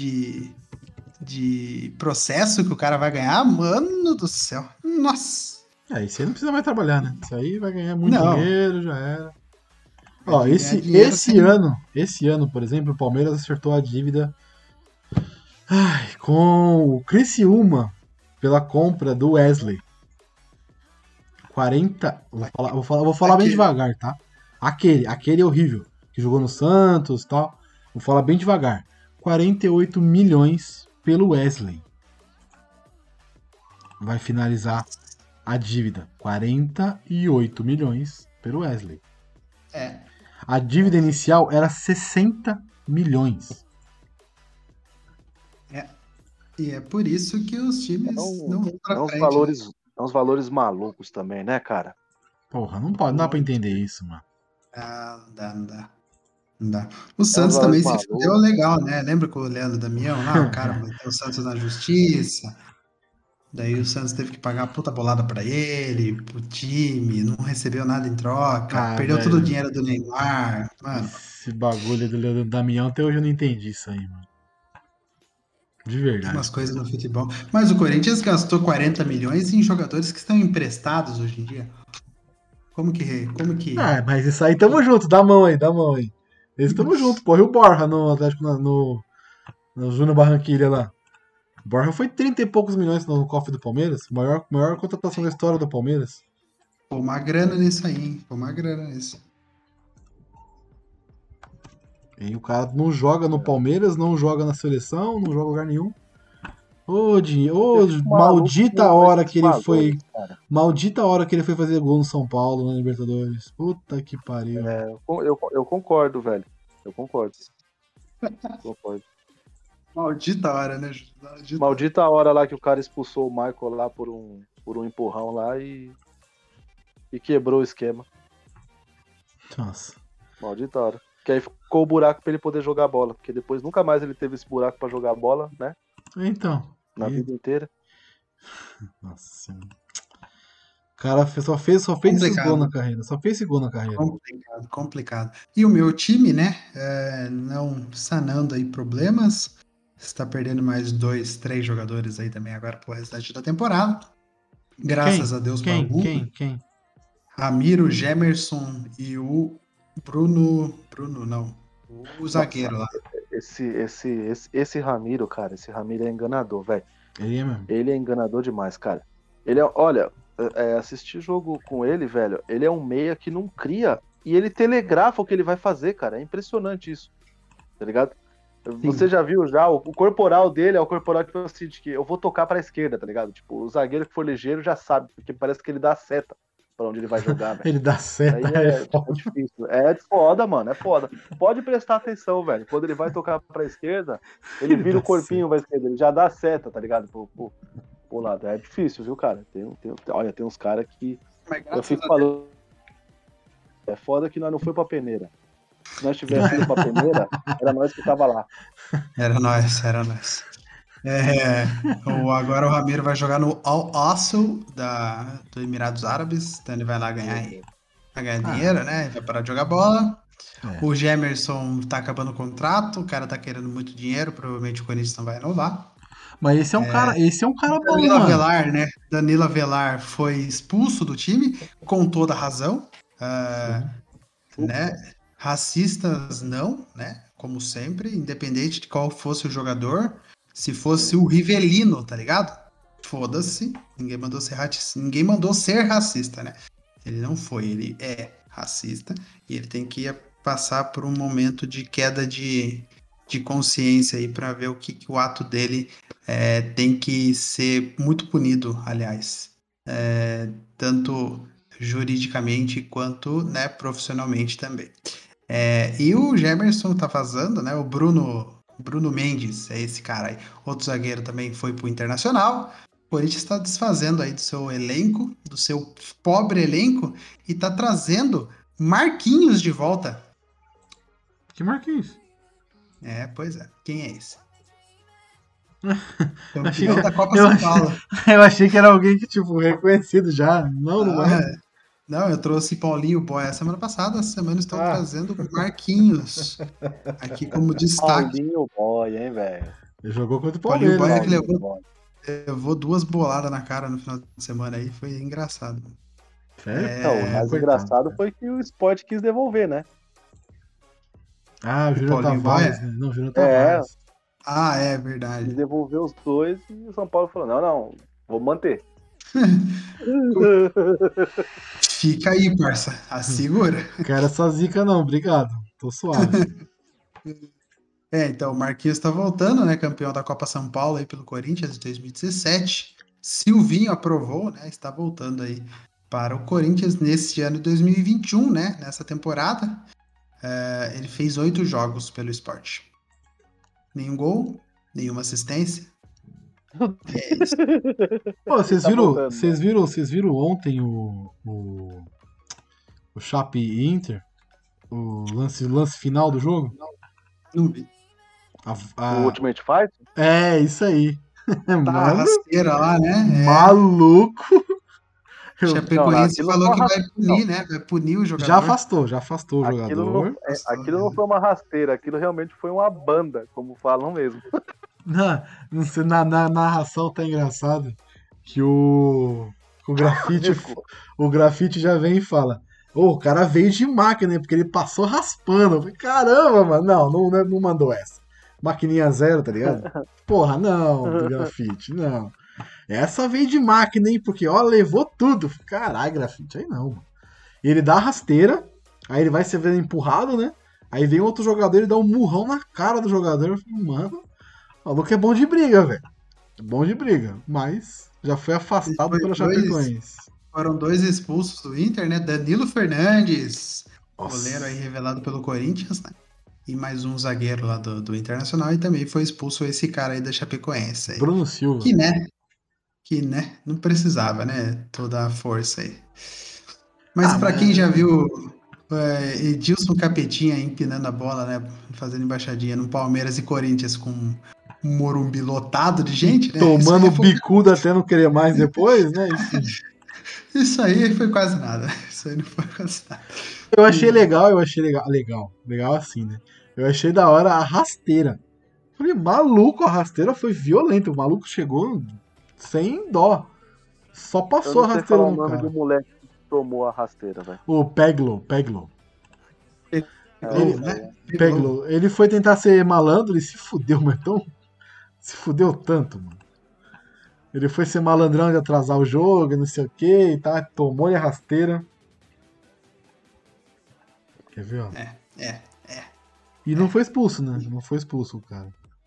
processo que o cara vai ganhar, mano do céu. Nossa. Isso aí não precisa mais trabalhar, né? Isso aí vai ganhar muito dinheiro, já era. Ó, esse ano, por exemplo, o Palmeiras acertou a dívida com o Criciúma pela compra do Wesley. 40. Vou falar bem devagar, tá? Aquele horrível, que jogou no Santos e tal. Vou falar bem devagar. 48 milhões pelo Wesley. Vai finalizar a dívida. 48 milhões pelo Wesley. A dívida inicial era 60 milhões. E é por isso que os times não vão pra frente. Uns valores malucos também, né, cara? Porra, não dá pra entender isso, mano. Não dá. O Santos também se fudeu legal, né? Lembra com o Leandro Damião lá? O cara meteu o Santos na justiça. Daí o Santos teve que pagar a puta bolada pra ele, pro time, não recebeu nada em troca, perdeu todo o dinheiro do Neymar, mano. Esse bagulho do Leandro Damião, até hoje eu não entendi isso aí, mano. De verdade. Tem umas coisas no futebol. Mas o Corinthians gastou 40 milhões em jogadores que estão emprestados hoje em dia. Como que... mas isso aí tamo junto, dá a mão aí. Esse tamo junto, porra. E o Borja no Atlético, no Júnior Barranquilla lá. O Borja foi 30 e poucos milhões no cofre do Palmeiras. Maior contratação da história do Palmeiras. Pô, uma grana nisso aí, hein? E o cara não joga no Palmeiras, não joga na seleção, não joga em lugar nenhum. Maldita hora que ele foi. Maldita hora que ele foi fazer gol no São Paulo, na Libertadores. Puta que pariu. Eu concordo, velho. Eu concordo. Maldita hora, né? Maldita hora lá que o cara expulsou o Michael lá por um empurrão lá e quebrou o esquema. Nossa. Maldita hora. Que aí ficou o buraco pra ele poder jogar bola. Porque depois nunca mais ele teve esse buraco pra jogar bola, né? Então. Na vida inteira. Nossa senhora. O cara só fez esse gol na carreira. Complicado. E o meu time, né? Não sanando aí problemas. Está perdendo mais 2, 3 jogadores aí também agora pro restante da temporada. Graças a Deus para o Quem? Ramiro, Gemerson e o Bruno não. O zagueiro lá. Esse Ramiro, cara, esse Ramiro é enganador, velho. Ele é mesmo. Ele é enganador demais, cara. Olha, assistir jogo com ele, velho, ele é um meia que não cria e ele telegrafa o que ele vai fazer, cara. É impressionante isso, tá ligado? Você já viu o corporal dele é o corporal tipo assim, de que eu vou tocar pra esquerda, tá ligado? Tipo, o zagueiro que for ligeiro já sabe, porque parece que ele dá seta pra onde ele vai jogar, velho. Ele dá seta, Aí é foda. é difícil. É foda, mano, é foda. Pode prestar atenção, velho. Quando ele vai tocar pra esquerda, ele vira o corpinho pra esquerda, ele já dá seta, tá ligado? Pro lado. É difícil, viu, cara? Olha, tem uns caras que eu fico falando. É foda que nós não foi pra peneira. Se nós tivéssemos ido pra peneira, era nós que tava lá. Era nós. Agora o Ramiro vai jogar no Al Ahly do Emirados Árabes, então ele vai lá ganhar dinheiro, né? Vai parar de jogar bola. O Gemerson tá acabando o contrato, o cara tá querendo muito dinheiro, provavelmente o Corinthians não vai renovar. Mas esse é um cara bom, Danilo mano. Avelar, né? Danilo Avelar foi expulso do time, com toda razão. Né? Racistas não, né? Como sempre, independente de qual fosse o jogador. Se fosse o Rivelino, tá ligado? Foda-se. Ninguém mandou ser racista, né? Ele não foi, ele é racista. E ele tem que passar por um momento de queda de consciência aí pra ver o que o ato dele tem que ser muito punido, aliás. Tanto juridicamente quanto, né, profissionalmente também. E o Gemerson tá vazando, né? O Bruno Mendes, é esse cara aí. Outro zagueiro também foi pro Internacional. O Corinthians está desfazendo aí do seu elenco, do seu pobre elenco, e tá trazendo Marquinhos de volta. Que Marquinhos? Pois é. Quem é esse? Campeão da Copa São Paulo. Eu achei que era alguém que, tipo, reconhecido já. Não é. Não, eu trouxe Paulinho Boy a semana passada, essa semana estou trazendo Marquinhos aqui como destaque. Paulinho Boy, hein, velho? Ele jogou contra o Palmeiras. Paulinho Boy levou 2 boladas na cara no final de semana aí, foi engraçado. Sério? O mais engraçado foi que o Sport quis devolver, né? O Júnior Tavares, né? Não, o Júnior Tavares. É verdade. Quis devolver os dois e o São Paulo falou, não, vou manter. Fica aí, parça. Assegura. Quero essa zica não, obrigado. Tô suave. Então o Marquinhos tá voltando, né? Campeão da Copa São Paulo aí pelo Corinthians de 2017. Silvinho aprovou, né? Está voltando aí para o Corinthians nesse ano de 2021, né? Nessa temporada. Ele fez 8 jogos pelo Sport. Nenhum gol, nenhuma assistência. É isso. Pô, vocês viram ontem o Chape Inter? O lance final do jogo? Não vi. O Ultimate Fight? É, isso aí. Tá rasteira lá, né? Maluco. Chapecoense falou que vai punir, né? Vai punir o jogador. Já afastou o jogador. Aquilo não foi uma rasteira, aquilo realmente foi uma banda, como falam mesmo. Não sei, na narração tá engraçado que o grafite já vem e fala: o cara veio de máquina, porque ele passou raspando. Eu falei, caramba, mano, não mandou essa. Maquininha zero, tá ligado? Porra, não, do grafite, não. Essa veio de máquina, hein? Porque, levou tudo. Caralho, grafite, aí não, mano. E ele dá a rasteira, aí ele vai ser empurrado, né? Aí vem outro jogador, ele dá um murrão na cara do jogador. Eu falei, mano, o maluco é bom de briga, velho. É bom de briga, mas já foi afastado pela Chapecoense. Foram 2 expulsos do Inter, né? Danilo Fernandes, goleiro aí revelado pelo Corinthians, né? E mais um zagueiro lá do Internacional, e também foi expulso esse cara aí da Chapecoense. Aí. Bruno Silva. Que, né? Não precisava, né? Toda a força aí. Mas pra quem já viu Edilson Capetinha empinando a bola, né? Fazendo embaixadinha no Palmeiras e Corinthians com um Morumbi lotado de gente, né? Tomando bicudo até não querer mais depois, né? Enfim. Isso aí foi quase nada. Isso aí não foi quase nada. Eu achei legal. Legal assim, né? Eu achei da hora a rasteira. Falei, maluco, a rasteira foi violenta. O maluco chegou sem dó. Só passou a rasteira no cara. O nome do moleque que tomou a rasteira, velho. O Peglo. Peglow, né? Peglow. Ele foi tentar ser malandro e se fudeu, mas então. Se fudeu tanto, mano. Ele foi ser malandrão de atrasar o jogo, não sei o que e tá, tomou-lhe a rasteira. Quer ver, ó? É. E não foi expulso, né? Não foi expulso o cara.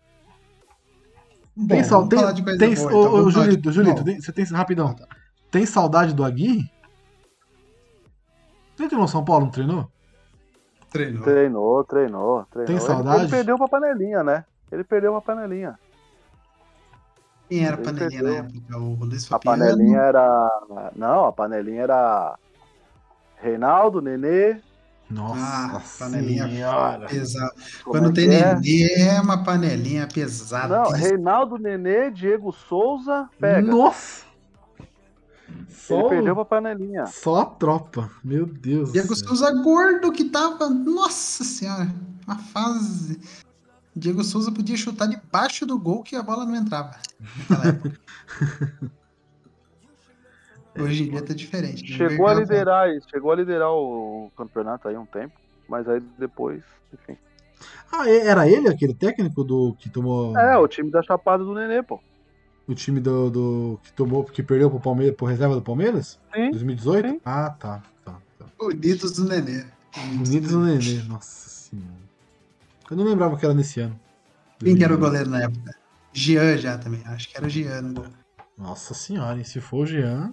Bom, Tem vamos falar de coisa boa, então. Vamos falar de- Julito, Bom, você tem. Rapidão. tá. Tem saudade do Aguirre? Ele treinou São Paulo, não treinou? Treinou. Tem Ele saudade? perdeu pra panelinha, né? Ele perdeu uma panelinha. Quem era a Ele panelinha na perdeu. época? O Luiz A Fabiano? panelinha era. Não, a panelinha era Reinaldo, Nenê. Nossa panelinha senhora. pesada. Como Quando é tem que é? Nenê, é uma panelinha pesada. Não, Reinaldo, Nenê, Diego Souza, pega. Nossa! Ele Só, perdeu pra panelinha. só a tropa. Meu Deus do Diego céu. Souza gordo que tava. Nossa senhora, uma fase. Diego Souza podia chutar debaixo do gol que a bola não entrava naquela época. Hoje em dia tá diferente. né? Chegou a liderar o campeonato aí um tempo, mas aí depois, enfim. Ah, era ele aquele técnico do que tomou. É, o time da Chapada do Nenê, pô. O time do que tomou, que perdeu pro Palmeiras, pro reserva do Palmeiras? Sim, 2018? sim. Ah, tá. Unidos do Nenê. Unidos no Nenê, nossa senhora. Eu não lembrava que era nesse ano. Quem que era o goleiro na época? Jean já também. Acho que era o Jean no gol. Nossa senhora, e se for o Jean.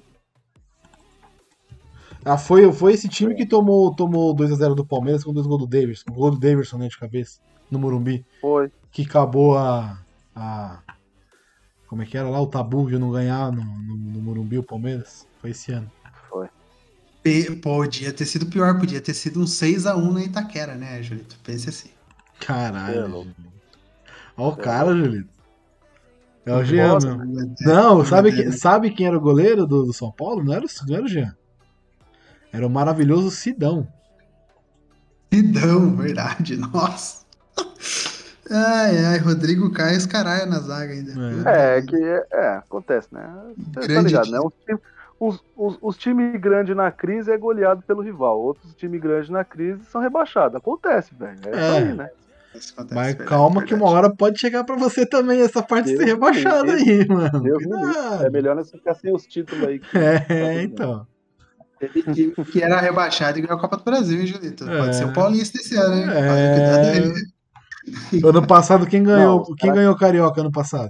Ah, foi esse time que tomou 2x0 do Palmeiras com 2 gols do Davidson. O gol do Davidson, né, de cabeça, no Morumbi. Foi. Que acabou a. Como é que era lá? O tabu de não ganhar no Morumbi, o Palmeiras. Foi esse ano. Foi. Podia ter sido pior, podia ter sido um 6x1 na Itaquera, né, Julito? Pense assim. Caralho. Cê é louco. Julito. Olha o Cê é cara, Julito. É o Jean, Nossa, meu. Não, sabe quem era o goleiro do São Paulo? Não era o Jean. Era o maravilhoso Sidão. Sidão, verdade, nossa. Ai, Rodrigo Caio caralho na zaga ainda. Acontece, né? Você tá Grande ligado, né? time. Os times grandes na crise é goleado pelo rival. Outros times grandes na crise são rebaixados. Acontece, velho. É isso aí, né? Isso acontece, Mas verdade, calma que verdade. uma hora pode chegar pra você também essa parte de ser Deus rebaixado me livre. aí, mano. Deus me livre. Cuidado. É melhor nós ficar sem os títulos aí. Então. Teve time que era rebaixado e ganhou a Copa do Brasil, hein, Julito? Pode ser o Paulista esse ano, hein? Cuidado aí. Ano passado, quem ganhou? Não, Quem ganhou o Carioca ano passado?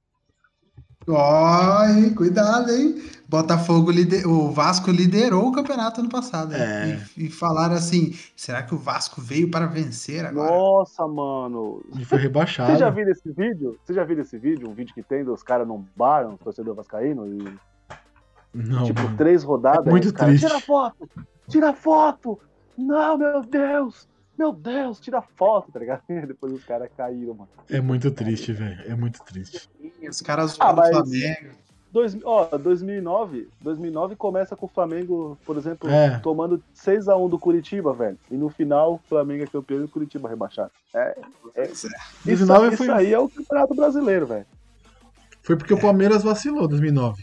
Ó, cuidado, hein? O Vasco liderou o campeonato ano passado, hein? E falaram assim: será que o Vasco veio para vencer agora? Nossa, mano. E foi rebaixado. Você já viu esse vídeo? Um vídeo que tem dos caras num bar, um torcedor vascaíno, e Não, tipo, mano. 3 rodadas. É muito aí os caras, triste. Tira foto! Não, meu Deus, tira foto, tá ligado? Depois os caras caíram, mano. É muito triste, velho. É muito triste. Os caras zoando o mas- Flamengo. 2009 começa com o Flamengo, por exemplo, É. tomando 6x1 do Curitiba, velho. E no final, o Flamengo é campeão e o Curitiba rebaixado. Pois é. 2009 isso foi- aí é o Campeonato Brasileiro, velho. Foi porque o Palmeiras vacilou 2009.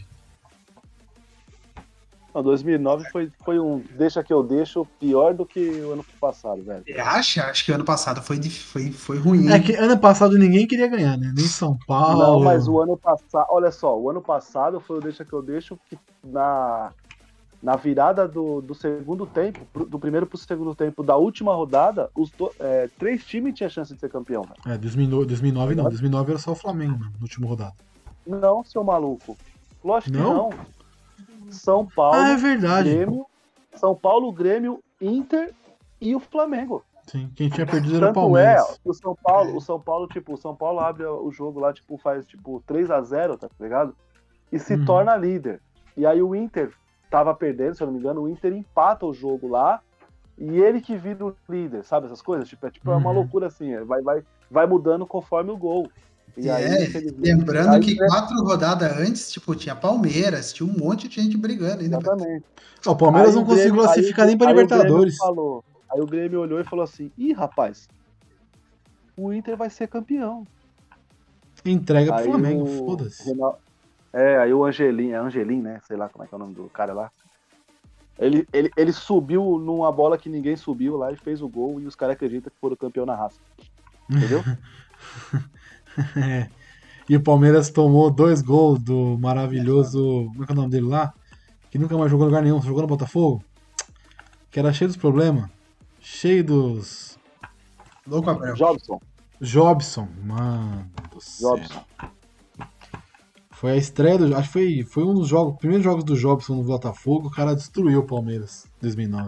Não, 2009 foi um deixa que eu deixo pior do que o ano passado, velho. Acho que o ano passado foi ruim. É que ano passado ninguém queria ganhar, né? Nem São Paulo. Não, mas o ano passado, olha só, o ano passado foi o deixa que eu deixo que na virada do segundo tempo, do primeiro pro segundo tempo da última rodada, 3 times tinham chance de ser campeão, velho. 2009 não. 2009 era só o Flamengo, mano, no último rodada. Não, seu maluco. Lógico Não? que não. São Paulo, Ah, é verdade. Grêmio, São Paulo, Grêmio, Inter e o Flamengo. Sim, quem tinha perdido era o Tanto Palmeiras. o São Paulo abre o jogo lá, tipo, faz tipo 3x0, tá ligado? E se Uhum. torna líder. E aí o Inter tava perdendo, se eu não me engano, o Inter empata o jogo lá e ele que vira o líder, sabe essas coisas? Tipo, é uma Uhum. loucura assim, vai mudando conforme o gol. E aí, infelizmente, lembrando aí, que 4 rodadas antes, tipo, tinha Palmeiras, tinha um monte de gente brigando ainda. Exatamente. Ó, o Palmeiras Aí não o Grêmio- conseguiu classificar nem pra aí o Grêmio Libertadores. Aí o Grêmio olhou e falou assim: ih, rapaz, o Inter vai ser campeão. Entrega pro Aí Flamengo, o foda-se. Aí o Angelim, né? Sei lá como é que é o nome do cara lá. Ele subiu numa bola que ninguém subiu lá e fez o gol e os caras acreditam que foram campeão na raça. Entendeu? É. E o Palmeiras tomou 2 gols do maravilhoso. Como é que é o nome dele lá? Que nunca mais jogou em lugar nenhum, só jogou no Botafogo. Que era cheio dos problemas. Cheio dos. Louco Abreu. Jobson. Mano do céu. Jobson. Foi a estreia do. Acho que foi um dos jogos. Primeiros jogos do Jobson no Botafogo. O cara destruiu o Palmeiras em 2009.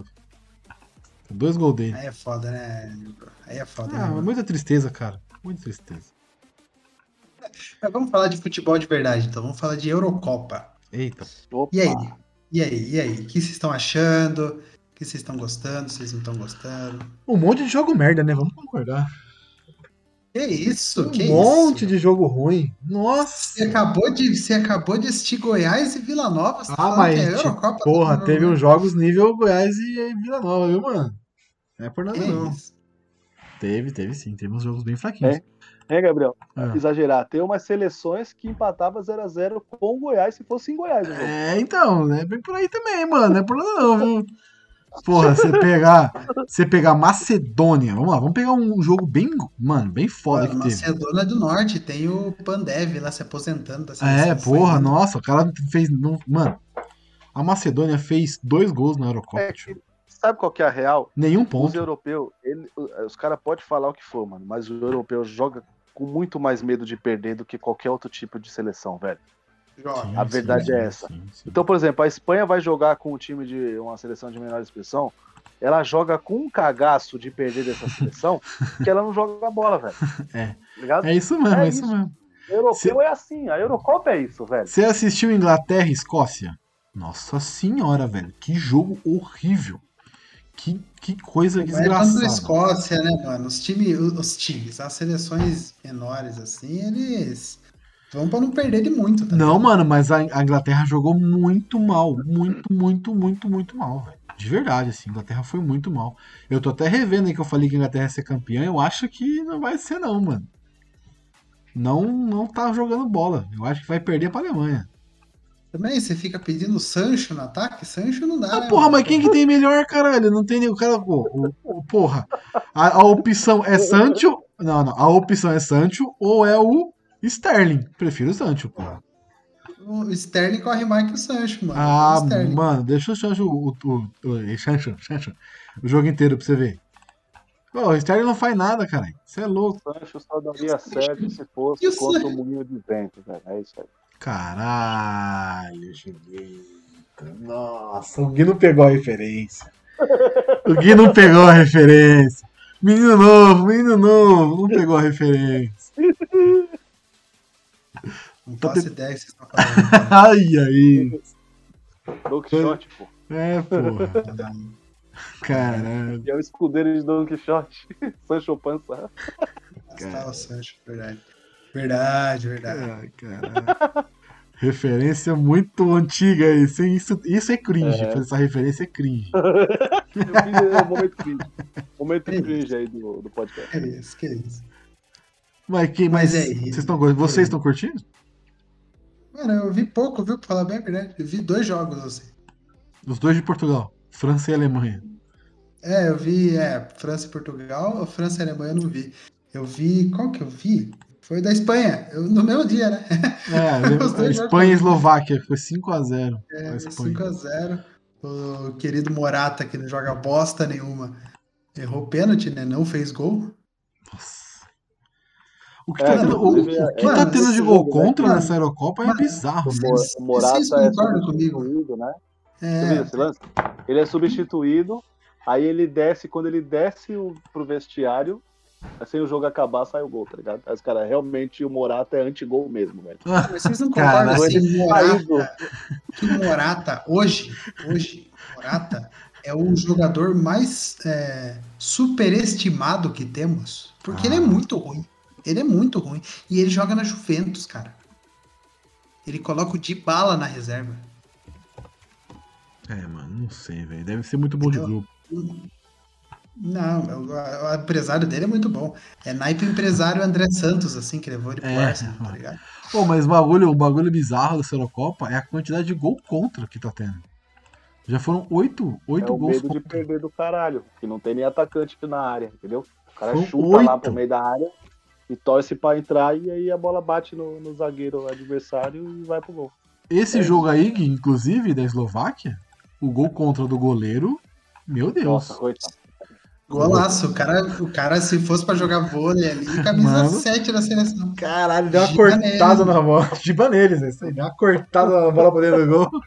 2 gols dele. Aí é foda, né? Aí é foda. Ah, né? muita tristeza, cara. Muita tristeza. Mas vamos falar de futebol de verdade, então. Vamos falar de Eurocopa. Eita. Opa. E aí? E aí? O que vocês estão achando? O que vocês estão gostando? Vocês não estão gostando? Um monte de jogo merda, né? Vamos concordar. Que isso? Um monte de jogo ruim. Nossa. Você acabou de assistir Goiás e Vila Nova. Você tá falando mas que é Eurocopa? porra, teve uns jogos nível Goiás e Vila Nova, viu, mano? Não é por nada, não. Isso? Teve sim. Teve uns jogos bem fraquinhos. Gabriel? Ah. Exagerar. Tem umas seleções que empatavam 0x0 com o Goiás se fosse em Goiás. Né? Então, né? Bem por aí também, mano. Não é por nada, não, viu? Porra, você pegar Macedônia. Vamos lá, vamos pegar um jogo bem, mano, bem foda que teve. Macedônia do Norte, tem o Pandev lá se aposentando da seleção. Porra, nossa, o cara fez. Mano, a Macedônia fez 2 gols na Eurocopa. Sabe qual que é a real? Nenhum ponto. Os europeus, os caras podem falar o que for, mano, mas o europeu joga com muito mais medo de perder do que qualquer outro tipo de seleção, velho. A verdade é essa. Sim. Então, por exemplo, a Espanha vai jogar com um time de uma seleção de menor expressão, ela joga com um cagaço de perder dessa seleção, que ela não joga a bola, velho. Ligado? É isso mesmo, é isso mesmo. O europeu é assim, a Eurocopa é isso, velho. Você assistiu Inglaterra e Escócia? Nossa senhora, velho, que jogo horrível. Que coisa desgraçada. Tanto a Escócia, né, mano? Os times, as seleções menores, assim, eles vão pra não perder de muito. Tá não, ligado? mano, mas a Inglaterra jogou muito mal. Muito mal, velho. De verdade, assim, a Inglaterra foi muito mal. Eu tô até revendo aí que eu falei que a Inglaterra ia ser campeã. Eu acho que não vai ser, não, mano. Não tá jogando bola. Eu acho que vai perder pra Alemanha. Também você fica pedindo Sancho no ataque? Sancho não dá, né? Porra, mano? mas quem que tem melhor, caralho? Não tem nem o cara. Porra. A opção é Sancho. Não. A opção é Sancho ou é o Sterling. Prefiro o Sancho, porra. O Sterling corre mais que o Sancho, mano. Ah, O Sterling. mano, deixa o Sancho o jogo inteiro pra você ver. Pô, o Sterling não faz nada, cara. Você é louco. O Sancho só daria certo se fosse contra o moinho de vento, velho. É isso aí. Caralho, Julieta. Nossa, o Gui não pegou a referência. Menino novo, não pegou a referência. Não faço ideia que vocês estão falando. Ai. Don Quixote, pô. Porra. Caralho. E é o escudeiro de Don Quixote. Sancho Panza. O Sancho, verdade. Ai, caralho. Referência muito antiga isso, hein? Isso é cringe. Fazer essa referência é cringe. É um momento cringe. Momento cringe aí do podcast. Que isso. Mas aí, vocês estão curtindo? Mano, eu vi pouco, viu? Pra falar bem a verdade. Eu vi 2 jogos, assim. Os 2 de Portugal. França e Alemanha. Eu vi França e Portugal. França e Alemanha eu não vi. Eu vi... Qual que eu vi? Foi da Espanha. No mesmo dia, né? Espanha e Eslováquia. Foi 5x0. 5x0. O querido Morata, que não joga bosta nenhuma, errou pênalti, né? Não fez gol. Nossa. O que tá tendo de gol contra nessa Eurocopa é bizarro. O Morata é substituído, né? Você viu esse lance? Ele é substituído, aí ele desce, quando ele desce pro vestiário, assim o jogo acabar, sai o gol, tá ligado? Aí os caras, realmente o Morata é anti-gol mesmo, velho. Mas vocês não concordam assim, que o Morata, hoje, o Morata é o jogador mais superestimado que temos, porque ele é muito ruim. Ele é muito ruim. E ele joga na Juventus, cara. Ele coloca o Dybala na reserva. Mano, não sei, velho. Deve ser muito bom de grupo. Não, o empresário dele é muito bom. É naipe empresário André Santos, assim, que levou ele pro Arsenal, tá ligado? Pô, mas o bagulho bizarro da Eurocopa é a quantidade de gol contra que tá tendo. Já foram 8 É o gols medo de contra. perder do caralho, que não tem nem atacante na área, entendeu? O cara Foram chuta lá 8. pro meio da área e torce pra entrar e aí a bola bate no zagueiro adversário e vai pro gol. Esse É jogo isso. aí, Gui, inclusive, da Eslováquia, o gol contra do goleiro, meu Deus. Nossa, coitado. Golaço. O cara, se fosse pra jogar vôlei ali, camisa Mano. 7 da seleção. Caralho, deu uma Giba cortada nele. na bola. Giba neles, isso aí. Deu uma cortada na bola pra dentro do gol.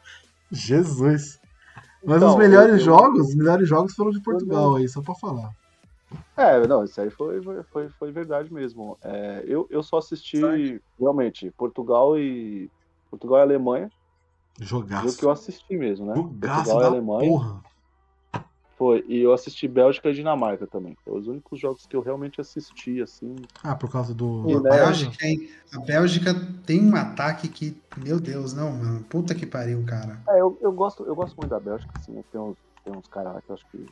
Jesus. Mas Então, os melhores jogos foram de Portugal eu- aí, só pra falar. Não, isso aí foi verdade mesmo. Eu só assisti, realmente, Portugal e Alemanha, jogo que Jogaço. eu assisti mesmo, né? Jogaço Portugal e da Alemanha. porra. Foi, e eu assisti Bélgica e Dinamarca também. Foram os únicos jogos que eu realmente assisti, assim. Ah, por causa do. Pô, a né? Bélgica, hein? A Bélgica tem um ataque que, meu Deus, não, mano. Puta que pariu, cara. Eu gosto muito da Bélgica, assim. Tem uns caras lá que eu acho que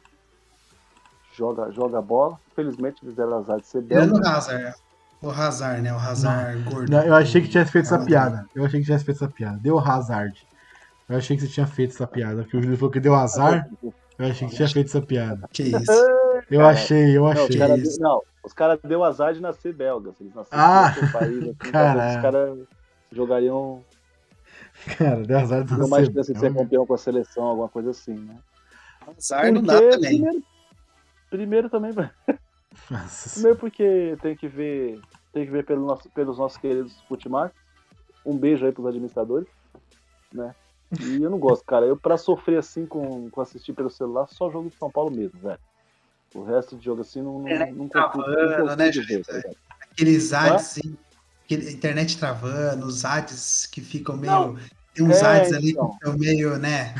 joga bola. Infelizmente, eles deram azar de ser Tirando belga. o Hazard. O Hazard, né? O Hazard gordo. Não, eu achei que tivesse feito essa Fala piada. Deu Hazard. Eu achei que você tinha feito essa piada. Porque o Júlio falou que deu azar. Eu achei que tinha feito essa piada. Que isso? Eu achei. Não, os Que caras deu azar de nascer belgas. Eles nasceram Ah, no outro país. Assim, caralho. talvez os caras jogariam. Cara, deu azar Teriam mais chance de ser campeão com a seleção, alguma coisa assim, né? Hazard não dá também. Primeiro também. Nossa. Primeiro porque tem que ver pelos nossos queridos Futimax. Um beijo aí pros administradores, né? E eu não gosto, cara. Eu, pra sofrer assim com assistir pelo celular, só jogo de São Paulo mesmo, velho. O resto de jogo assim não Travando, né, consigo ver, tá Julito? ligado? Aqueles ads, assim, internet travando, os ads que ficam meio. Não, Tem uns ads ali então. que ficam meio, né?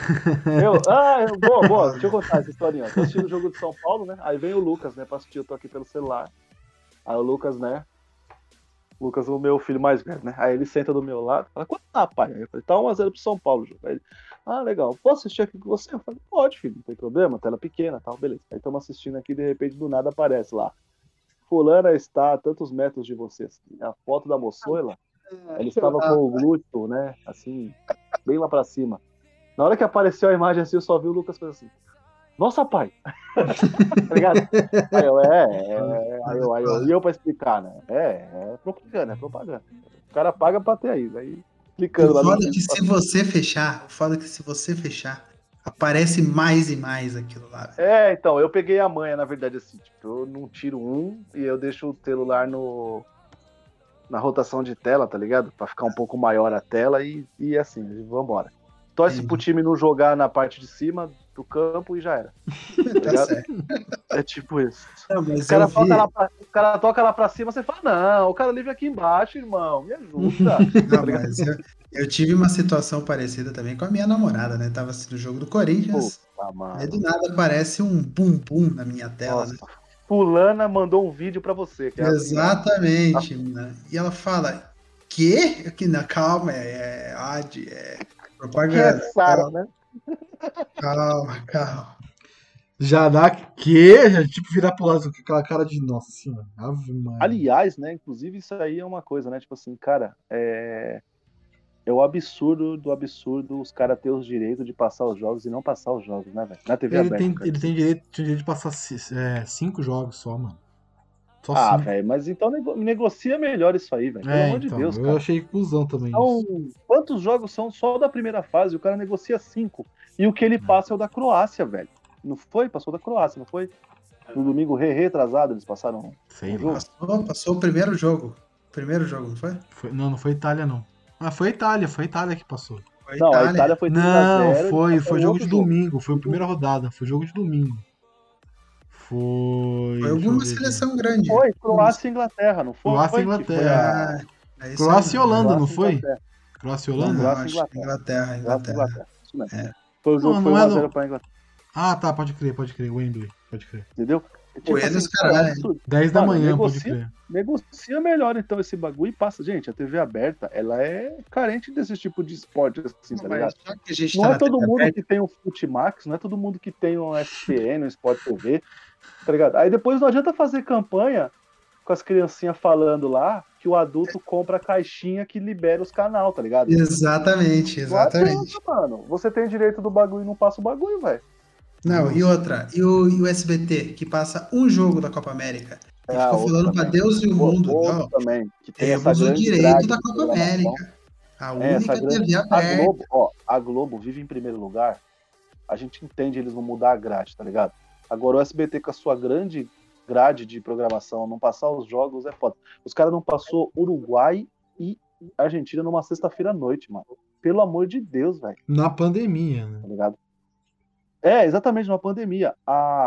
Boa, deixa eu contar essa historinha. Tô assistindo o jogo de São Paulo, né? Aí vem o Lucas, né, pra assistir, eu tô aqui pelo celular. Aí o Lucas, né? Lucas, o meu filho mais velho, né? Aí ele senta do meu lado, fala, quanto tá, pai? Aí eu falei, tá 1x0 pro São Paulo, jogo. Aí ele, legal, posso assistir aqui com você? Eu falei, pode, filho, não tem problema, tela pequena, tal, beleza. Aí estamos assistindo aqui, de repente, do nada aparece lá. Fulana está a tantos metros de você. Assim, a foto da moçoila, ela estava com o glúteo, né? Assim, bem lá pra cima. Na hora que apareceu a imagem assim, eu só vi o Lucas fazer assim. Nossa, pai! Tá ligado? E eu pra explicar, né? É propaganda. O cara paga pra ter aí clicando O lá no foda é que se você fechar, aparece mais e mais aquilo lá. Então, eu peguei a manha, na verdade, assim, tipo, eu não tiro e eu deixo o celular na rotação de tela, tá ligado? Pra ficar um pouco maior a tela e assim, vambora. Torce pro time não jogar na parte de cima do campo e já era. Tá certo. É tipo isso. Não, mas o cara toca lá pra cima, você fala, não, o cara livre aqui embaixo, irmão, me ajuda. Não, mas eu tive uma situação parecida também com a minha namorada, né? Tava assistindo o jogo do Corinthians, aí do nada aparece um bum-bum na minha tela, né? Fulana mandou um vídeo pra você. Que Exatamente. Né? E ela fala, quê? Aqui, não, calma, é propaganda. Que é Sara, né? Calma. Já dá que? Já tipo virar pro lado com aquela cara de nossa senhora. Ave Maria. Aliás, né? Inclusive, isso aí é uma coisa, né? Tipo assim, cara, é o absurdo do absurdo os caras terem os direitos de passar os jogos e não passar os jogos, né, velho? Na TV aberta. Ele tem direito de passar 5 jogos só, mano. Só 5. Velho, mas então negocia melhor isso aí, velho. Pelo amor de Deus, cara. Eu achei cuzão também isso. Quantos jogos são só da primeira fase? O cara negocia 5. E o que ele passa é o da Croácia, velho. Não foi? Passou da Croácia, não foi? No domingo retrasado eles passaram. Sei lá. Passou o primeiro jogo. Primeiro jogo, não foi? Não foi Itália, não. Foi Itália que passou. A Itália foi 3-0. Não, foi jogo de domingo. Foi a primeira rodada. Foi jogo de domingo. Foi alguma seleção grande. Foi, Croácia e Inglaterra, não foi? Croácia e Inglaterra. Croácia e Holanda, não foi? Croácia e Holanda? Não, Inglaterra. Isso mesmo. Foi o jogo que foi 1x0 pra Inglaterra. Ah, tá, pode crer. Wembley, pode crer. Entendeu? Tipo assim, caralho. 10 da manhã, pode crer. Negocia melhor, então, esse bagulho e passa. Gente, a TV aberta, ela é carente desse tipo de esporte, assim, tá ligado? Não é todo mundo que tem o Futimax, não é todo mundo que tem o SPN, o Sport TV, tá ligado? Aí depois não adianta fazer campanha com as criancinhas falando lá que o adulto compra a caixinha que libera os canal, tá ligado? Exatamente, Não adianta, exatamente. mano. Você tem direito do bagulho e não passa o bagulho, velho. Não, e outra, e o SBT, que passa um jogo da Copa América e fica Outro falando pra também. Deus e o mundo, Outro não, também, que tem essa temos o grande direito grade da de Copa programação. América. A Essa única grande... TV aberta. A Globo vive em primeiro lugar. A gente entende eles não mudar a grade, tá ligado? Agora o SBT com a sua grande grade de programação, não passar os jogos é foda. Os caras não passou Uruguai e Argentina numa sexta-feira à noite, mano. Pelo amor de Deus, velho. Na pandemia, né? Tá ligado? Exatamente, numa pandemia.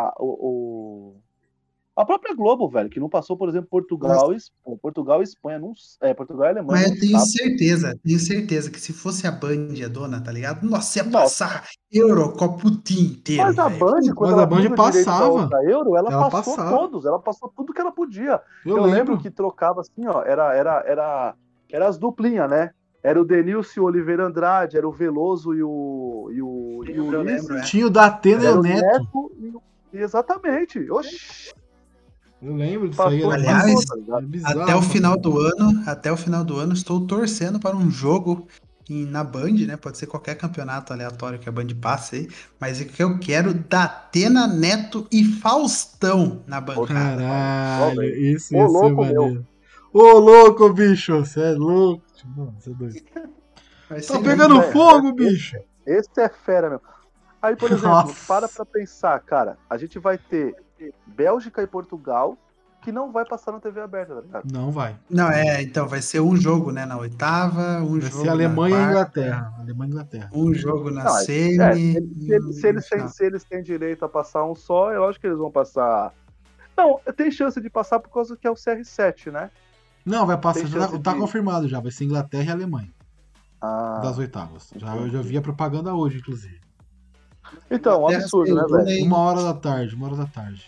A própria Globo, velho, que não passou, por exemplo, Portugal e Espanha, não, Portugal e Alemanha Mas num eu tenho sábado. certeza que se fosse a Band a dona, tá ligado? Nossa, ia Nossa, passar Eurocopa o dia inteiro, mas a velho. Band, quando Mas a ela Band teve o direito da passava. outra Euro, ela Ela passou passava. todos, ela passou tudo que ela podia. Eu lembro lembro. que trocava assim, ó, era as duplinhas, né? Era o Denilson e o Oliveira Andrade, era o Veloso e o Eu Ulisses, lembro, é. Tinha o Datena e era o o Neto. Neto exatamente. Oxi, Eu lembro disso aí, passou era e passou, Aliás, tá ligado? bizarro. até o final do ano, estou torcendo para um jogo na Band, né? Pode ser qualquer campeonato aleatório que a Band passe aí, mas é que eu quero Datena, Neto e Faustão na bancada. Caralho, isso Ô, ia ser louco meu. maneiro. Ô, louco, bicho, você é louco. Não, você é doido. Vai Tá ser pegando lindo, velho. fogo, bicho. Esse é fera, meu. Aí, por exemplo, Nossa. para pra pensar, cara, a gente vai ter Bélgica e Portugal que não vai passar na TV aberta, tá ligado? Não vai. Não, então vai ser um jogo, né, na oitava, um Vai ser jogo na Alemanha e quarta, Inglaterra. Alemanha e Inglaterra. um jogo na Não, semi. se eles têm direito a passar um só, eu acho que eles vão passar. Não, tem chance de passar por causa que é o CR7, né? Não, vai passar. Tem Já chance tá de- confirmado já. Vai ser Inglaterra e Alemanha. Das oitavas. Eu já vi a propaganda hoje, inclusive. Então, um absurdo, né, velho? 1h da tarde.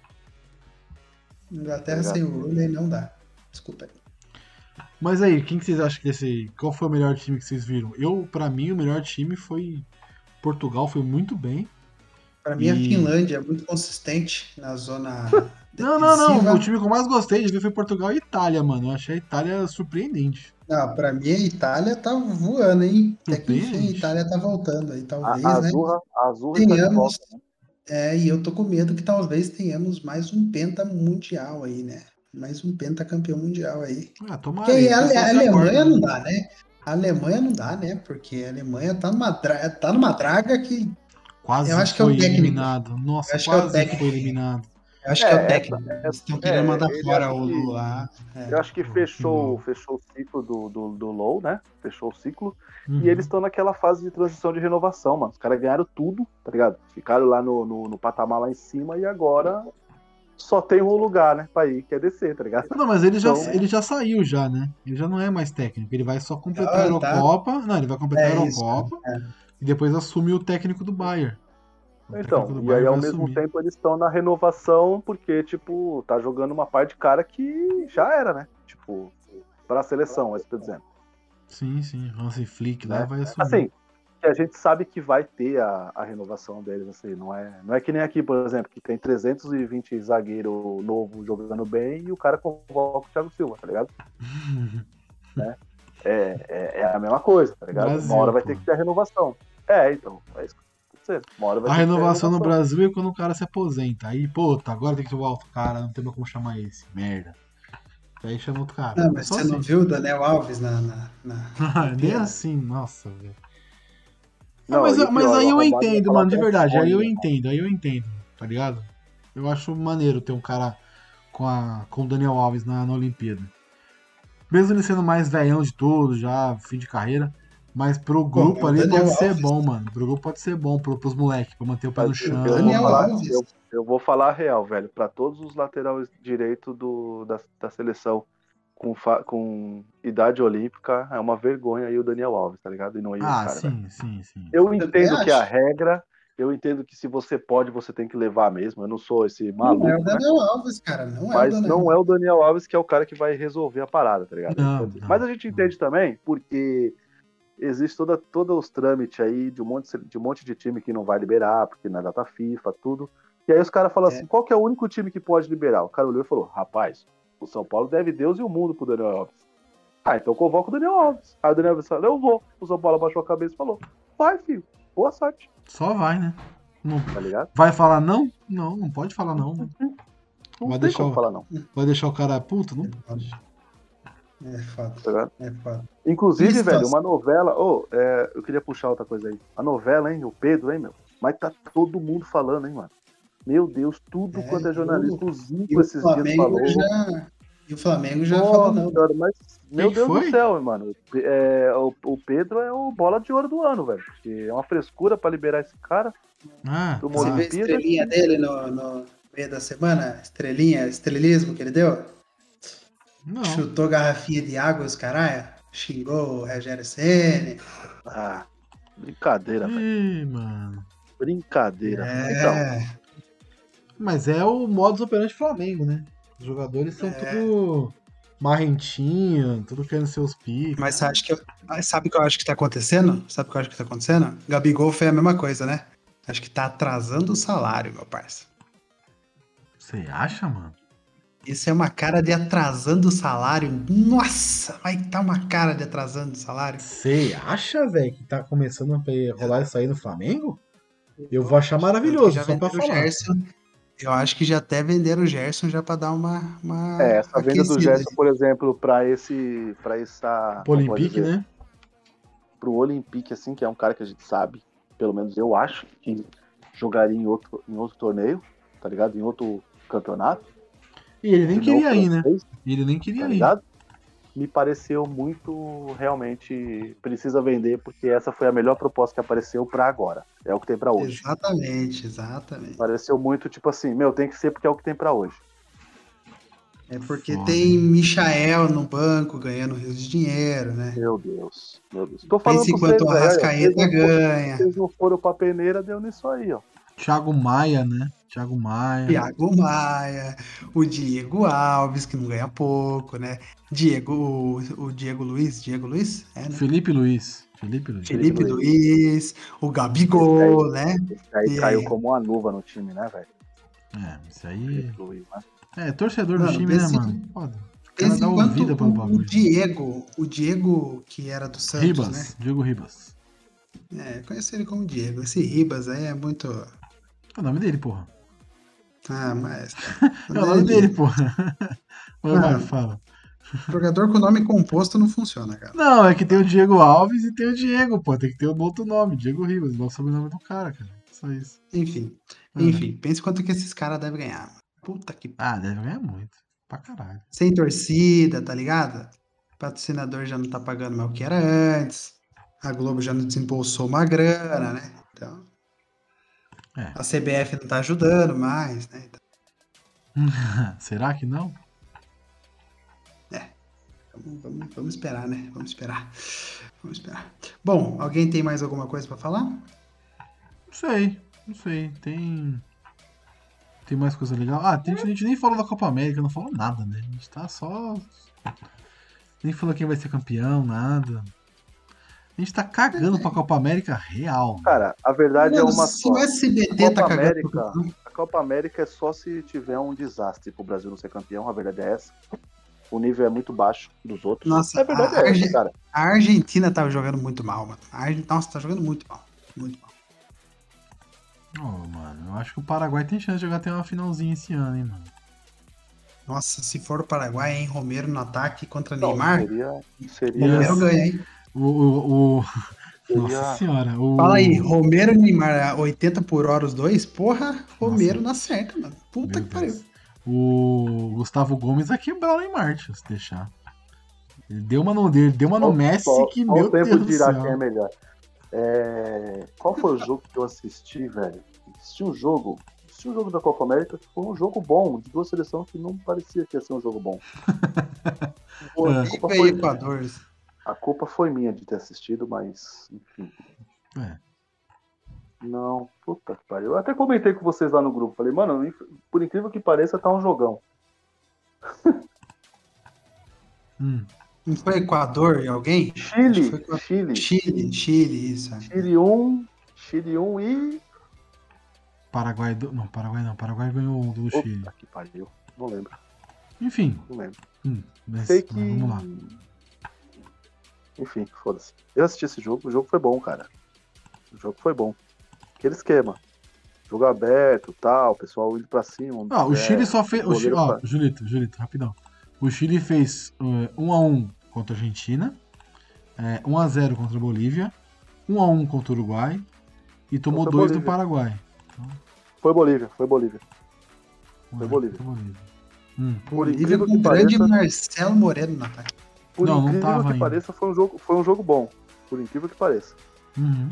Inglaterra sem o Rooney não dá. Desculpa aí. Mas aí, quem que vocês acham que desse. Qual foi o melhor time que vocês viram? Pra mim, o melhor time foi. Portugal foi muito bem. Pra mim, a Finlândia é muito consistente na zona Não. defensiva. O time que eu mais gostei de ver foi Portugal e Itália, mano. Eu achei a Itália surpreendente. Não, pra mim, a Itália tá voando, hein? Até que enfim, a Surpreendente. Itália tá voltando aí, talvez, A né? Azurra está de volta, né? E eu tô com medo que talvez tenhamos mais um penta mundial aí, né? Mais um pentacampeão mundial aí. Ah, tomara. Porque aí, a o pessoal se Alemanha acorda, não né? dá, né? A Alemanha não dá, né? Porque a Alemanha tá numa draga que Quase eu acho que é foi o técnico. eliminado. Nossa, Eu acho que é o quase técnico. foi eliminado. Eu acho que é o técnico. Eles estão querendo mandar ele fora acho o que- Lula. Eu acho que fechou que o ciclo do Low, né? Fechou o ciclo. Uhum. E eles estão naquela fase de transição de renovação, mano. Os caras ganharam tudo, tá ligado? Ficaram lá no patamar lá em cima e agora só tem um lugar, né? Pra ir, que é descer, tá ligado? Não, mas ele Então- já saiu já, né? Ele já não é mais técnico. Ele vai só completar a Ah, tá. Eurocopa. Não, ele vai completar a É isso, Eurocopa e depois assumir o técnico do Bayern. O Então, técnico do e aí Bayern ao vai mesmo assumir. tempo eles estão na renovação porque, tipo, tá jogando uma parte de cara que já era, né? Tipo, pra seleção, é isso que eu tô dizendo. Sim. Hansi Flick lá Né? vai assumir. Assim, que a gente sabe que vai ter a renovação deles, assim, não é que nem aqui, por exemplo, que tem 320 zagueiro novo jogando bem e o cara convoca o Thiago Silva, tá ligado? É a mesma coisa, tá ligado? Brasil, uma hora vai pô. ter que ter a renovação. Então, é isso que eu tô dizendo. Uma hora vai A ter que ter renovação no Brasil é quando o cara se aposenta. Aí, pô, agora tem que jogar outro cara, não tem mais como chamar esse. Merda. Aí chama outro cara. Não, mas Só você assim. não viu o Daniel Alves na Nem assim, nossa, velho. Não, mas e o mas pior, aí o eu arrombado vai entendo, falar mano, de que é verdade. Aí sonho, eu entendo, tá ligado? Eu acho maneiro ter um cara com o Daniel Alves na Olimpíada. Mesmo ele sendo mais velhão de todos, já, fim de carreira. Mas pro grupo o ali Daniel pode ser Alves. bom, mano. Pro grupo pode ser bom, pros moleques, pra manter o pé no Mas chão. Daniel Alves. Eu vou falar a real, velho. Pra todos os laterais direito da seleção com idade olímpica, é uma vergonha aí o Daniel Alves, tá ligado? E não ir o cara, velho. Sim. Eu entendo que acho. a regra, eu entendo que se você pode, você tem que levar mesmo. Eu não sou esse Não maluco, é o né? Daniel Alves, cara. Não é o Mas Daniel não é o Daniel Alves que é o cara que vai resolver a parada, tá ligado? Não. Mas a gente entende também, porque existe todos os trâmites aí de um monte de time que não vai liberar, porque não é data FIFA, tudo. E aí os caras falam assim, qual que é o único time que pode liberar? O cara olhou e falou, rapaz, O São Paulo deve Deus e o mundo pro Daniel Alves. Ah, então convoca o Daniel Alves. Aí o Daniel Alves falou, eu vou. O São Paulo abaixou a cabeça e falou, vai, filho, boa sorte. Só vai, né? Não... Tá ligado? Vai falar não? Não, não pode falar não. Né? Não Vai tem deixar como falar não. Vai deixar o cara puto? Não pode. É fato. Tá ligado? É fato. Inclusive, Que velho, situação. uma novela. Eu queria puxar outra coisa aí. A novela, hein? O Pedro, hein, meu? Mas tá todo mundo falando, hein, mano? Meu Deus, tudo quanto é jornalista. O E Zico o esses dias Flamengo falou. já falou Nossa não. senhora, mas, meu que Deus foi? do céu, mano. O Pedro é o bola de ouro do ano, velho. Porque é uma frescura pra liberar esse cara Ah, pra uma Você viu a Olimpíada. estrelinha dele no meio da semana? Estrelismo que ele deu? não. Chutou garrafinha de água e os caralho. Xingou o Rogério Ceni. Ah, brincadeira, velho. Ih, mano. Brincadeira. Então, É, Mas é o modus operandi Flamengo, né? Os jogadores são tudo marrentinho, tudo querendo ser os picos. mas sabe o que eu acho que tá acontecendo? Sabe o que eu acho que tá acontecendo? Gabigol foi a mesma coisa, né? Acho que tá atrasando o salário, meu parça. Você acha, mano? Isso é uma cara de atrasando o salário. Nossa, vai tá uma cara de atrasando o salário. Você acha, velho, que tá começando a rolar isso aí no Flamengo? Eu vou achar maravilhoso, Já só pra venderam o falar. Gerson. Eu acho que já até venderam o Gerson já pra dar uma essa venda do aquecida. Gerson, por exemplo, pra essa. Pro Olympique, né? Pro Olympique, assim, que é um cara que a gente sabe, pelo menos eu acho, que jogaria em outro torneio, tá ligado? Em outro campeonato. E ele nem de queria novo ir, né? francês, E ele nem queria Tá ir. ligado? Me pareceu muito, realmente, precisa vender, porque essa foi a melhor proposta que apareceu pra agora. É o que tem pra hoje. Exatamente. Pareceu muito, tipo assim, meu, tem que ser porque é o que tem pra hoje. É porque Foda, tem hein? Michael no banco ganhando rios de dinheiro, né? Meu Deus, meu Deus. Tô falando Pense pra vocês, quanto o velho, Arrascaeta ganha. vocês não foram pra peneira, deu nisso aí, ó. Thiago Maia, né? Thiago Maia. Thiago Maia, o Diego Alves, que não ganha pouco, né? O Diego Luiz? É, né? Felipe Luiz. Felipe Luiz. Felipe Luiz, o Gabigol, né? Esse aí E caiu aí? como uma luva no time, né, velho? É, isso aí. Luiz, né? É, torcedor do Mano, time, né, mano? Foda. O cara Pense dá quanto ouvida pelo o bagulho. Diego, que era do Santos, né? Diego Ribas. É, conheço ele como Diego. Esse Ribas aí é muito. É o nome dele, porra. Ah, mas. É o nome dele, porra. Vai, Mano, fala. Jogador com nome composto não funciona, cara. Não, é que tem o Diego Alves e tem o Diego, pô. Tem que ter um outro nome, Diego Ribas, igual o sobrenome do cara, cara. Só isso. Enfim, pense quanto que esses caras devem ganhar. Mano. Puta que. Ah, deve ganhar muito. Pra caralho. Sem torcida, tá ligado? O patrocinador já não tá pagando mais o que era antes. A Globo já não desembolsou uma grana, né? Então. É. A CBF não tá ajudando mais, né? Então, Será que não? vamos esperar, né? Vamos esperar. Bom, alguém tem mais alguma coisa pra falar? Não sei. Tem mais coisa legal. Ah, a gente nem falou da Copa América, não falou nada, né? A gente tá só. Nem falou quem vai ser campeão, nada. A gente tá cagando pra Copa América real. Cara, a verdade é Mano, uma se só. o SBT tá cagando. A Copa América é só se tiver um desastre pro Brasil não ser campeão, a verdade é essa. O nível é muito baixo dos outros. Nossa, a verdade é essa, cara. A Argentina tá jogando muito mal, mano. Nossa, tá jogando muito mal. Muito mal. Oh, mano, eu acho que o Paraguai tem chance de jogar até uma finalzinha esse ano, hein, mano. Nossa, se for o Paraguai, hein? Romero no ataque contra Não, Neymar. seria Romero ganha, hein? Nossa senhora. Fala aí, Romero e Neymar, 80 por hora os dois? Porra, Romero na certa, mano. Puta que pariu. O Gustavo Gomes vai quebrar o Neymar, se deixar. Ele deu uma no Messi que, meu Deus do céu. O tempo dirá quem é melhor. Qual foi o jogo que eu assisti, velho? Assisti um jogo da Copa América que foi um jogo bom, de duas seleções que não parecia que ia ser um jogo bom. Bolívia e Equador. A culpa foi minha de ter assistido, mas enfim. Não, puta que pariu. Eu até comentei com vocês lá no grupo. Falei, mano, por incrível que pareça, tá um jogão. Não foi Equador e alguém? Chile, isso. Chile 1 e... Paraguai não. Paraguai ganhou do Chile. Puta que pariu, não lembro. Enfim. Não lembro. Mas, Sei que. vamos lá. Enfim, foda-se. Eu assisti esse jogo, o jogo foi bom, cara. O jogo foi bom. Aquele esquema. Jogo aberto, tal, pessoal indo pra cima. O Chile só fez. goleiro Julito, rapidão. O Chile fez 1-1 contra a Argentina, 1-0 contra a Bolívia, 1-1 contra o Uruguai e tomou 2 do Paraguai. Foi Bolívia. Foi Bolívia. Bolívia com o grande Marcelo Moreno na ataque. Por Não incrível tava que ainda. pareça, foi um jogo bom. Por incrível que pareça. Uhum.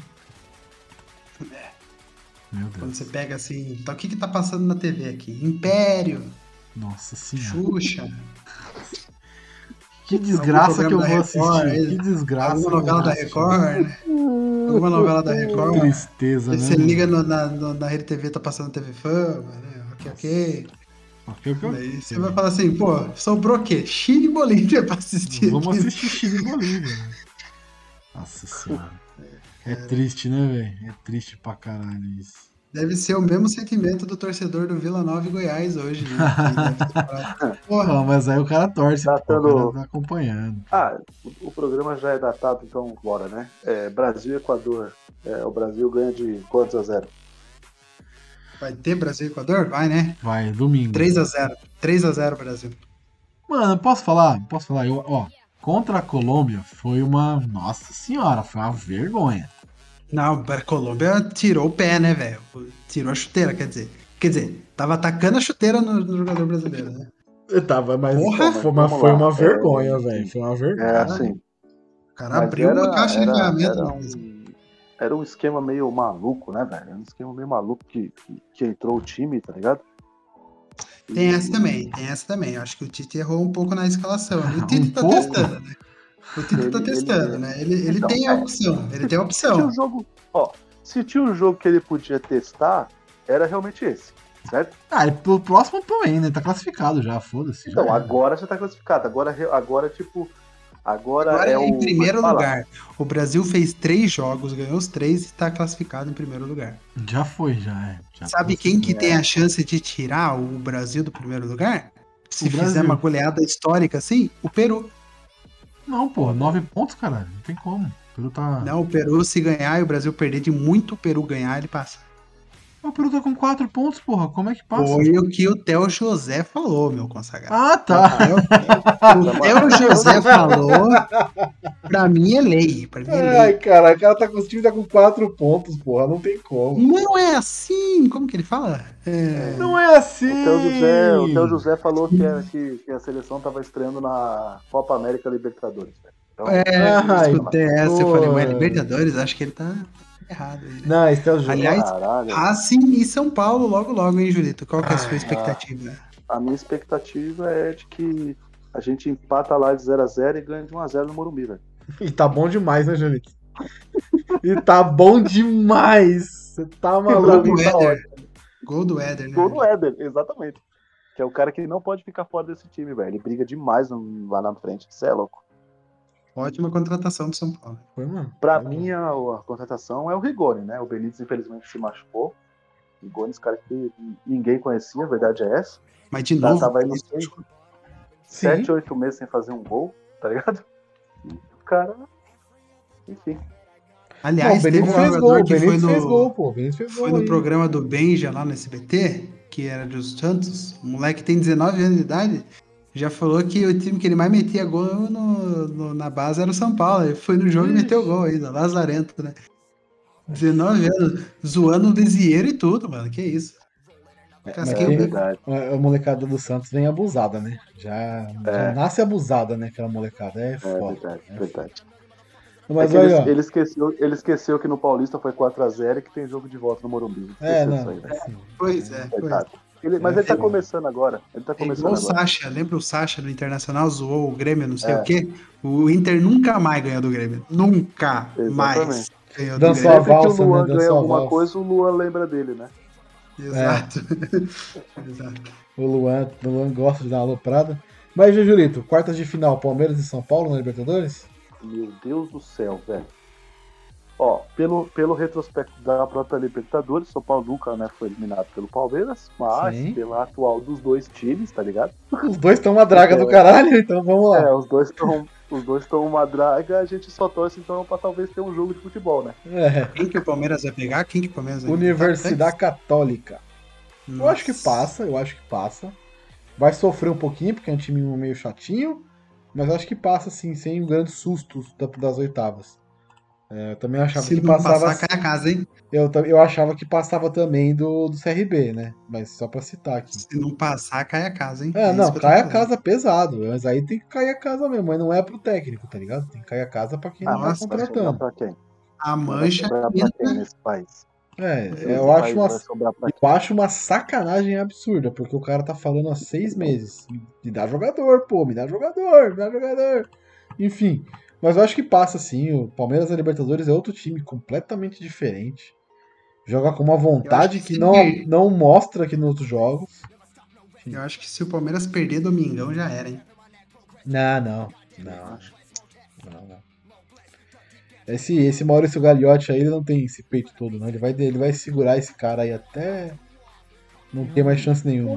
Meu Deus. Quando você pega assim, então o que tá passando na TV aqui? Império, Nossa senhora. Xuxa, Que desgraça que eu programa vou da Record, assistir. Que desgraça. alguma que eu novela vou da assistir. Record, né? Alguma novela da Record. Tristeza, Aí né? você liga mano? na Rede TV, tá passando TV Fama, né? Ok. Ok. Daí você vai falar assim, pô, sobrou o quê? Chile e Bolívia pra assistir Vamos aqui. assistir Chile e Bolívia. Né? Nossa senhora. É triste, né, velho? É triste pra caralho isso. Deve ser o mesmo sentimento do torcedor do Vila Nova e Goiás hoje, né? Que deve ter falado, porra, Não, mas aí o cara torce, o cara tá acompanhando. O programa já é datado, então bora, né? Brasil e Equador. O Brasil ganha de quantos a 0? vai ter Brasil e Equador? Vai, né? Vai, domingo. 3-0. 3-0 Brasil. Mano, posso falar? Contra a Colômbia foi uma. Nossa senhora, foi uma vergonha. Não, a Colômbia tirou o pé, né, velho? Tirou a chuteira, quer dizer. Quer dizer, tava atacando a chuteira no jogador brasileiro, né? Tava, mas Porra, foi uma vergonha, velho. Foi uma vergonha. Assim. O cara abriu uma caixa de ferramenta. Era um esquema meio maluco, né, velho? Era um esquema meio maluco que entrou o time, tá ligado? Tem essa também. Eu acho que o Tite errou um pouco na escalação. E o Tite Um tá pouco? testando, né? O Tite tá testando, né? Ele Então, tem a opção. Ele tem a opção. Se tinha um jogo que ele podia testar, era realmente esse, certo? Pro próximo também, né? Tá classificado já, foda-se. Então, já agora já tá classificado. Agora tipo. Agora é o. em primeiro lugar. O Brasil fez 3 jogos, ganhou os 3 e está classificado em primeiro lugar. Já foi, já. Sabe quem que tem a chance de tirar o Brasil do primeiro lugar? Se fizer uma goleada histórica assim, o Peru. Não, pô, 9 pontos, caralho. Não tem como. O Peru tá. Não, o Peru, se ganhar e o Brasil perder de muito, o Peru ganhar, ele passa. O Peru tá com 4 pontos, porra. Como é que passa? Foi o que o Theo José falou, meu consagrado. Ah, tá. O Theo José falou, pra mim é lei. Pra mim é lei. Ai, cara, o cara tá com o time tá com 4 pontos, porra. Não tem como. Não é assim. Como que ele fala? Não é assim. O Theo José falou que a seleção tava estreando na Copa América Libertadores. Então, eu escutei essa, eu falei, ué, Libertadores, acho que ele tá errado aí, né? Não, esse é o jogo. Aliás, caralho. Racing e São Paulo logo, hein, Julito? Qual que é a sua expectativa? A minha expectativa é de que a gente empata lá de 0-0 e ganha de 1-0 no Morumbi, velho. E tá bom demais, né, Julito? E tá bom demais. Você tá maluco. Gol do Éder, né? Gol do Éder, exatamente. Que é o cara que não pode ficar fora desse time, velho. Ele briga demais lá na frente. Você é louco. Ótima contratação do São Paulo. Foi, mano. Pra mim, a contratação é o Rigoni, né? O Benítez, infelizmente, se machucou. O Rigoni, esse cara que ninguém conhecia, a verdade é essa. Mas de novo, tava aí 7, 8 meses sem fazer um gol, tá ligado? E o cara... Enfim. Aliás, teve um jogador que foi no programa do Benja lá no SBT, que era dos Santos. O moleque tem 19 anos de idade. Já falou que o time que ele mais metia gol na base era o São Paulo. Ele foi no jogo e meteu gol ainda, Lazarento, né? 19 anos, zoando o Desieiro e tudo, mano. Que isso. Verdade. A molecada do Santos vem abusada, né? Já nasce abusada, né? Aquela molecada. É foda. Verdade. Mas olha, ele esqueceu que no Paulista foi 4-0 e que tem jogo de volta no Morumbi. Pois é. Mas ele tá começando agora. Igual o Sacha, lembra o Sacha no Internacional zoou o Grêmio, não sei o quê? O Inter nunca mais ganhou do Grêmio. Nunca mais ganhou do Grêmio. Sempre que o Luan ganha alguma coisa, o Luan lembra dele, né? Exato. Exato. O Luan gosta de dar uma aloprada. Mas, Julito, quartas de final, Palmeiras e São Paulo na Libertadores? Meu Deus do céu, velho. Ó, pelo retrospecto da própria Libertadores, São Paulo nunca, né, foi eliminado pelo Palmeiras, mas Sim. pela atual dos dois times, tá ligado? Os dois estão uma draga do caralho, então vamos lá. Os dois estão uma draga, a gente só torce então pra talvez ter um jogo de futebol, né? Quem que o Palmeiras vai pegar? Quem que o Palmeiras vai Universidade Católica. Eu acho que passa. Vai sofrer um pouquinho, porque é um time meio chatinho, mas acho que passa, assim, sem grandes sustos das oitavas. Eu também achava Se que não passava. passar, cai a casa, hein? Eu achava que passava também do CRB, né? Mas só pra citar aqui. Se não passar, cai a casa, hein? Não, isso que eu tô cai a falando. casa pesado. Mas aí tem que cair a casa mesmo, mas não é pro técnico, tá ligado? Tem que cair a casa pra quem não tá Nossa, contratando. Pra quem? A Vai mancha sobrar pra quem nesse país? Eu acho Vai sobrar pra quem? eu acho uma sacanagem absurda, porque o cara tá falando há 6 meses. Me dá jogador, pô, me dá jogador. Enfim, mas eu acho que passa sim. O Palmeiras da Libertadores é outro time completamente diferente. Joga com uma vontade que não mostra aqui nos outros jogos. Eu acho que se o Palmeiras perder domingão, já era, hein? Não. Esse Maurício Gagliotti aí, ele não tem esse peito todo, não. Ele vai segurar esse cara aí até não ter mais chance nenhuma.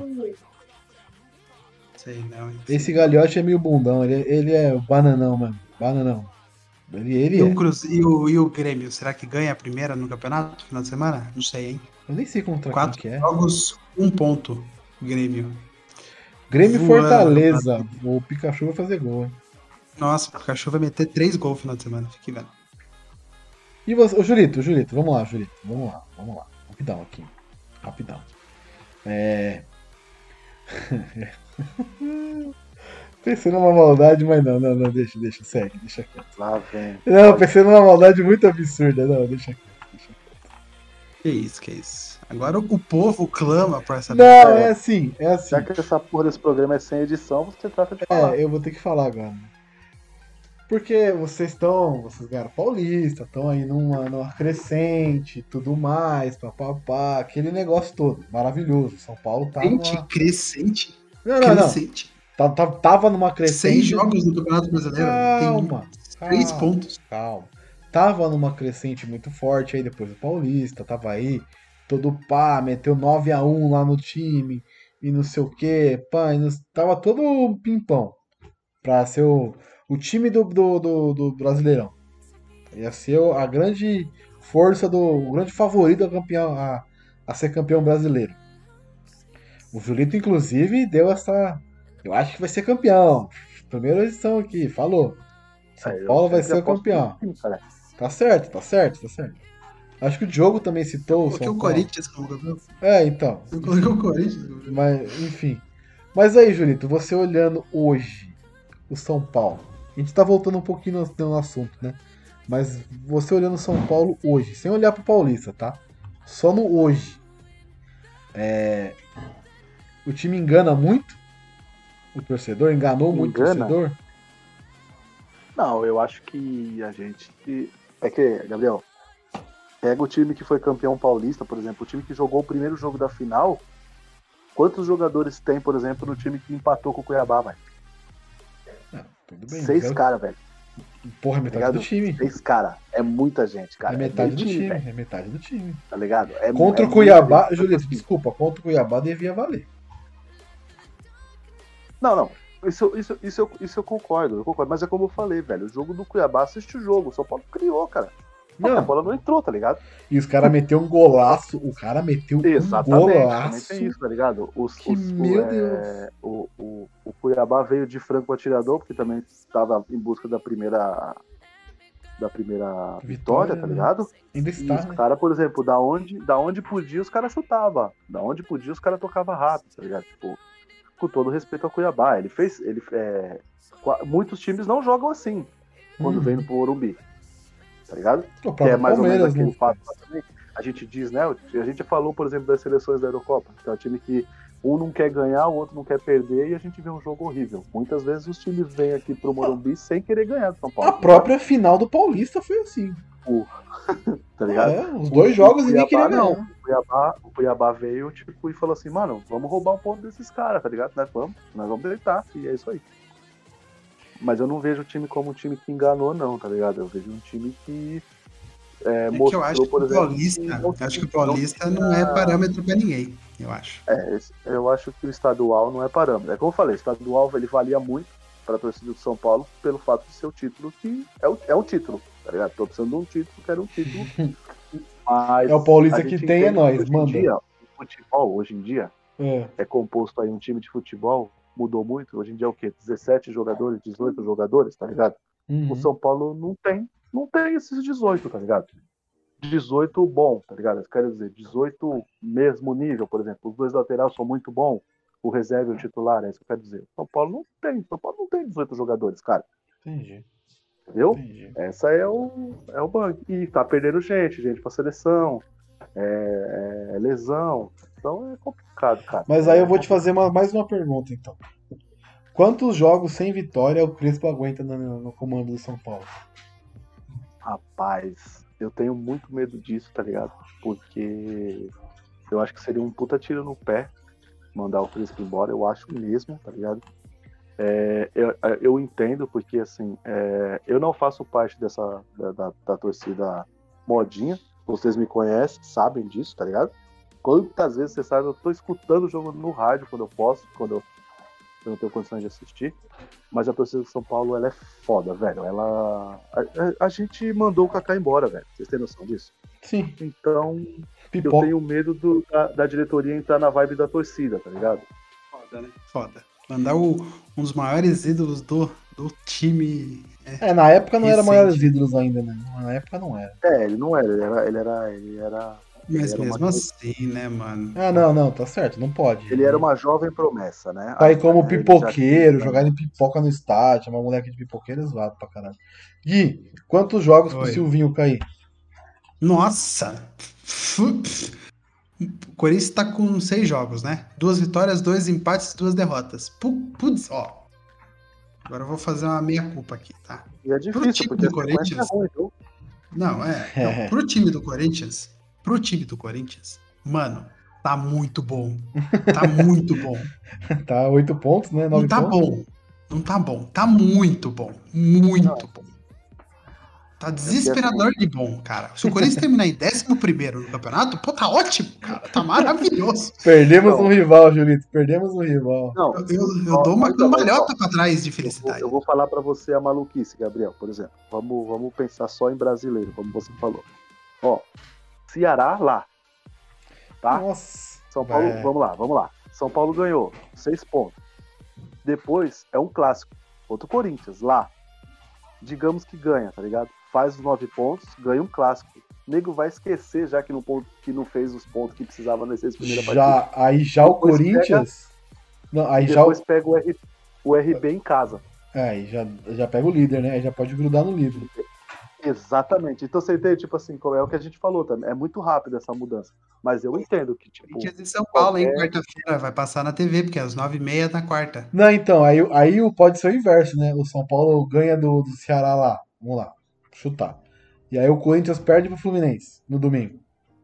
Sei não. Esse Gagliotti é meio bundão, ele é o bananão, mano. Bananão. Ele e o Grêmio, será que ganha a primeira no campeonato no final de semana? Não sei, hein? Eu nem sei contra 4 quem que é. jogos, 1 ponto, Grêmio. Grêmio Voando Fortaleza. O Pikachu vai fazer gol, hein? Nossa, o Pikachu vai meter 3 gols no final de semana, fique vendo. E você, ô Julito, vamos lá. Rapidão aqui. Pensei numa maldade, mas não, deixa, segue, deixa quieto. Lá vem. Não, pensei numa maldade muito absurda, não, deixa quieto. Que isso. Agora o povo clama por essa... Não, é assim. Já que essa porra desse programa é sem edição, você trata de falar. Eu vou ter que falar agora. Porque vocês ganharam Paulista, estão aí numa crescente, tudo mais, papapá, aquele negócio todo, maravilhoso. São Paulo tá Crescente? Não. Crescente. Tava numa crescente. 6 jogos no Campeonato Brasileiro. Tem 3 pontos. Calma. Tava numa crescente muito forte aí depois do Paulista, tava aí, todo pá, meteu 9-1 lá no time, e não sei o que, pá, tava todo pimpão pra ser o time do Brasileirão. Ia ser a grande força o grande favorito a ser campeão brasileiro. O Julito, inclusive, deu essa... Eu acho que vai ser campeão. Primeira edição aqui, falou. São Paulo vai ser o campeão. Tá certo. Acho que o Diogo também citou o São Paulo. O Corinthians como campeão. Então. Eu coloquei o Corinthians. Mas, enfim. Mas aí, Julito, você olhando hoje o São Paulo. A gente tá voltando um pouquinho no assunto, né? Mas você olhando o São Paulo hoje, sem olhar pro Paulista, tá? Só no hoje. O time engana muito o torcedor? Enganou muito o torcedor? Não, eu acho que a gente... É que, Gabriel, pega o time que foi campeão paulista, por exemplo, o time que jogou o primeiro jogo da final, quantos jogadores tem, por exemplo, no time que empatou com o Cuiabá, velho? Tudo bem. 6 caras, velho. Porra, é metade do time. 6 caras. É muita gente, cara. É metade do time. É metade do time. Tá ligado? Contra o Cuiabá, Julito, desculpa, contra o Cuiabá devia valer. Não. Isso eu concordo, mas é como eu falei, velho. O jogo do Cuiabá, assiste o jogo. O São Paulo criou, cara. A bola não entrou, tá ligado? E os caras meteu um golaço. O cara meteu Exatamente, um golaço. Também tem isso, tá ligado? Meu Deus. O Cuiabá veio de franco atirador, porque também estava em busca da primeira vitória, tá ligado? Ainda está, e os caras, por exemplo, da onde podia, os caras chutavam. Da onde podia, os caras tocavam rápido, tá ligado? Tipo, com todo respeito ao Cuiabá. Muitos times não jogam assim quando vem pro Morumbi. Tá ligado? Que é mais ou menos aquele fato também. A gente diz, né? A gente falou, por exemplo, das seleções da Eurocopa, que é um time que um não quer ganhar, o outro não quer perder, e a gente vê um jogo horrível. Muitas vezes os times vêm aqui pro Morumbi sem querer ganhar do São Paulo. A própria final do Paulista foi assim. Tá ligado? Os 2 jogos ninguém queria ganhar. O Cuiabá veio tipo, e falou assim, mano, vamos roubar um ponto desses caras, tá ligado? Nós vamos deitar, e é isso aí. Mas eu não vejo o time como um time que enganou, não, tá ligado? Eu vejo um time que Que eu acho que o Paulista não é parâmetro para ninguém, eu acho. Eu acho que o estadual não é parâmetro. É como eu falei, o estadual ele valia muito para a torcida do São Paulo pelo fato de ser o título que é um título, tá ligado? Tô precisando de um título, quero um título. Mas é o Paulista que tem, é nós, manda. O futebol, hoje em dia, é composto aí, um time de futebol mudou muito. Hoje em dia é o quê? 17 jogadores, 18 jogadores, tá ligado? O São Paulo não tem esses 18, tá ligado? 18 bom, tá ligado? Eu quero dizer, 18 mesmo nível, por exemplo. Os dois laterais são muito bons, o reserva e o titular, é isso que eu quero dizer. O São Paulo não tem 18 jogadores, cara. Entendi. Entendeu? Essa é o banco. E tá perdendo gente pra seleção, lesão. Então é complicado, cara. Mas aí eu vou te fazer mais uma pergunta, então. Quantos jogos sem vitória o Crespo aguenta no comando do São Paulo? Rapaz, eu tenho muito medo disso, tá ligado? Porque eu acho que seria um puta tiro no pé mandar o Crespo embora. Eu acho mesmo, tá ligado? Eu entendo, porque assim, eu não faço parte da torcida modinha. Vocês me conhecem, sabem disso, tá ligado? Quantas vezes você sabe, eu tô escutando o jogo no rádio quando eu posso, quando eu não tenho condições de assistir. Mas a torcida do São Paulo, ela é foda, velho. A gente mandou o Kaká embora, velho. Vocês têm noção disso? Sim. Então, eu tenho medo da diretoria entrar na vibe da torcida, tá ligado? Foda, né? Foda. Mandar um dos maiores ídolos do time. Na época não era maiores ídolos ainda, né? Na época não era. Ele não era. Ele era. Mas mesmo assim, né, mano? Não, tá certo, não pode. Ele era uma jovem promessa, né? Tá aí como pipoqueiro, jogar em pipoca no estádio, chamar moleque de pipoqueiro é zoado pra caralho. Gui, quantos jogos pro Silvinho cair? Nossa! O Corinthians tá com 6 jogos, né? 2 vitórias, 2 empates, 2 derrotas. Putz, ó. Agora eu vou fazer uma meia-culpa aqui, tá? E é difícil, porque do Corinthians. Ruim, viu? Não, pro time do Corinthians, mano, tá muito bom. Tá muito bom. Tá 8 pontos, né? 9 Não tá pontos. bom. Não tá bom. Tá muito bom. Muito bom. Tá desesperador de bom, cara. Se o Corinthians terminar em 11º no campeonato, pô, tá ótimo, cara. Tá maravilhoso. Perdemos um rival, Julito. Perdemos um rival. Não, eu dou uma cambalhota pra trás de felicidade. Eu vou falar pra você a maluquice, Gabriel, por exemplo. Vamos pensar só em brasileiro, como você falou. Ó, Ceará lá. Tá? Nossa. São Paulo, vamos lá. São Paulo ganhou 6 pontos. Depois é um clássico. Outro Corinthians, lá. Digamos que ganha, tá ligado? Faz os 9 pontos, ganha um clássico. O nego vai esquecer, já que não fez os pontos que precisava nessa primeira partida. Aí já depois o Corinthians... Depois pega o RB em casa. Aí já pega o líder, né? Aí já pode grudar no líder. Exatamente. Então você entende, tipo assim, é o que a gente falou também. É muito rápido essa mudança. Mas eu entendo que, tipo... Corinthians em São Paulo, hein? Quarta-feira vai passar na TV, porque é às 9h30 na quarta. Não, então, aí pode ser o inverso, né? O São Paulo ganha do Ceará lá. Vamos lá, chutar. E aí o Corinthians perde pro Fluminense no domingo.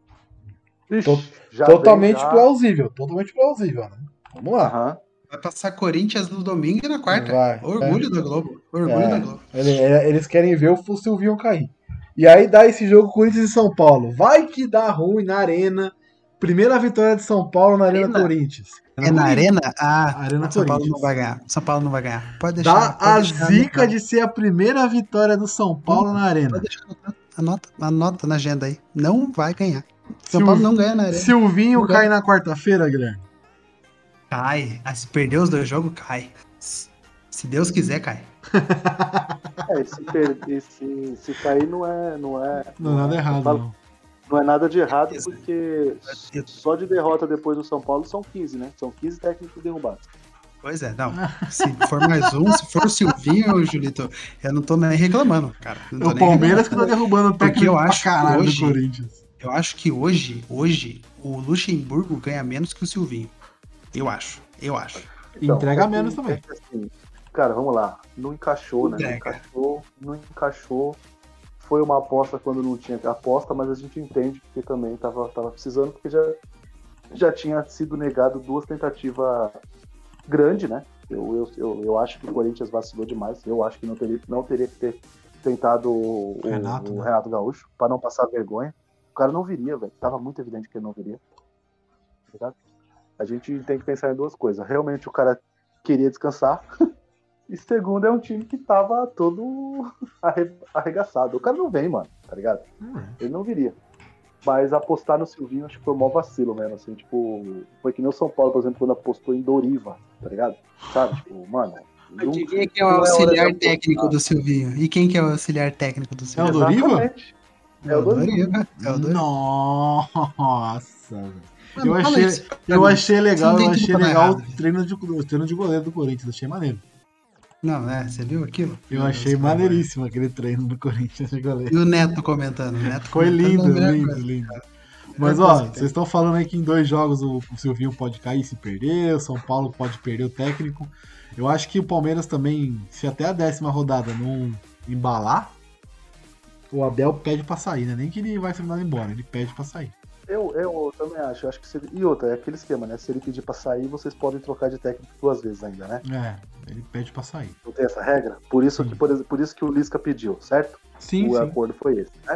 Totalmente plausível, né? Vamos lá. Uhum. Vai passar Corinthians no domingo e na quarta. Orgulho da Globo. Orgulho da Globo. Eles querem ver o Silvinho cair. E aí dá esse jogo Corinthians e São Paulo. Vai que dá ruim na Arena. Primeira vitória de São Paulo na Arena Corinthians. Na Arena? Arena São Paulo não vai ganhar. São Paulo não vai ganhar. Pode deixar. Dá a zica de ser a primeira vitória do São Paulo na Arena. Pode deixar. Anota na agenda aí. Não vai ganhar. São Paulo não ganha na Arena. Silvinho cai na quarta-feira, Guilherme. Cai. Se perder os 2 jogos, cai. Se Deus quiser, cai. Se cair não é nada errado, não. Não é nada de errado, porque só de derrota depois do São Paulo são 15, né? São 15 técnicos derrubados. Pois é, não. Se for mais um, se for o Silvinho, Julito, eu não tô nem reclamando, cara. O Palmeiras que tá derrubando o técnico pra caralho do Corinthians. Eu acho que hoje, o Luxemburgo ganha menos que o Silvinho. Eu acho. Então, entrega menos também. Assim, cara, vamos lá. Não encaixou, né? Não encaixou. Foi uma aposta quando não tinha aposta, mas a gente entende porque também tava precisando, porque já tinha sido negado 2 tentativas grandes, né? Eu acho que o Corinthians vacilou demais. Eu acho que não teria que ter tentado o Renato, né? Renato Gaúcho, pra não passar vergonha. O cara não viria, velho. Tava muito evidente que ele não viria. Tá ligado? A gente tem que pensar em duas coisas. Realmente o cara queria descansar. E segundo, é um time que tava todo arregaçado. O cara não vem, mano, tá ligado? Ele não viria. Mas apostar no Silvinho, acho que foi o maior vacilo mesmo, assim, tipo... Foi que nem o São Paulo, por exemplo, quando apostou em Doriva, tá ligado? Sabe, tipo, mano... Quem é que é o auxiliar técnico do Silvinho? E quem que é o auxiliar técnico do É o Silvinho? Doriva? Exatamente. É o Doriva. É o Doriva. Nossa, Mano, eu fala isso pra achei mim. legal, Você eu não tem achei tudo pra legal errado. o treino de goleiro do Corinthians, achei maneiro. Não, você viu aquilo? Eu achei maneiríssimo aquele treino do Corinthians de goleiro. E o Neto comentando. O Neto Foi comentando lindo, é a melhor lindo, coisa. lindo. Melhor Mas coisa ó, que tem. vocês estão falando aí que em 2 jogos o Silvinho pode cair se perder, o São Paulo pode perder o técnico. Eu acho que o Palmeiras também, se até a 10ª rodada não embalar, o Abel pede pra sair, né? Nem que ele vai ser mandado embora, ele pede pra sair. Eu também acho. Eu acho que se ele... E outra, é aquele esquema, né? Se ele pedir pra sair, vocês podem trocar de técnico 2 vezes ainda, né? É, ele pede pra sair. Não tem essa regra? Por isso que, por isso que o Lisca pediu, certo? Sim, O sim. acordo foi esse, né?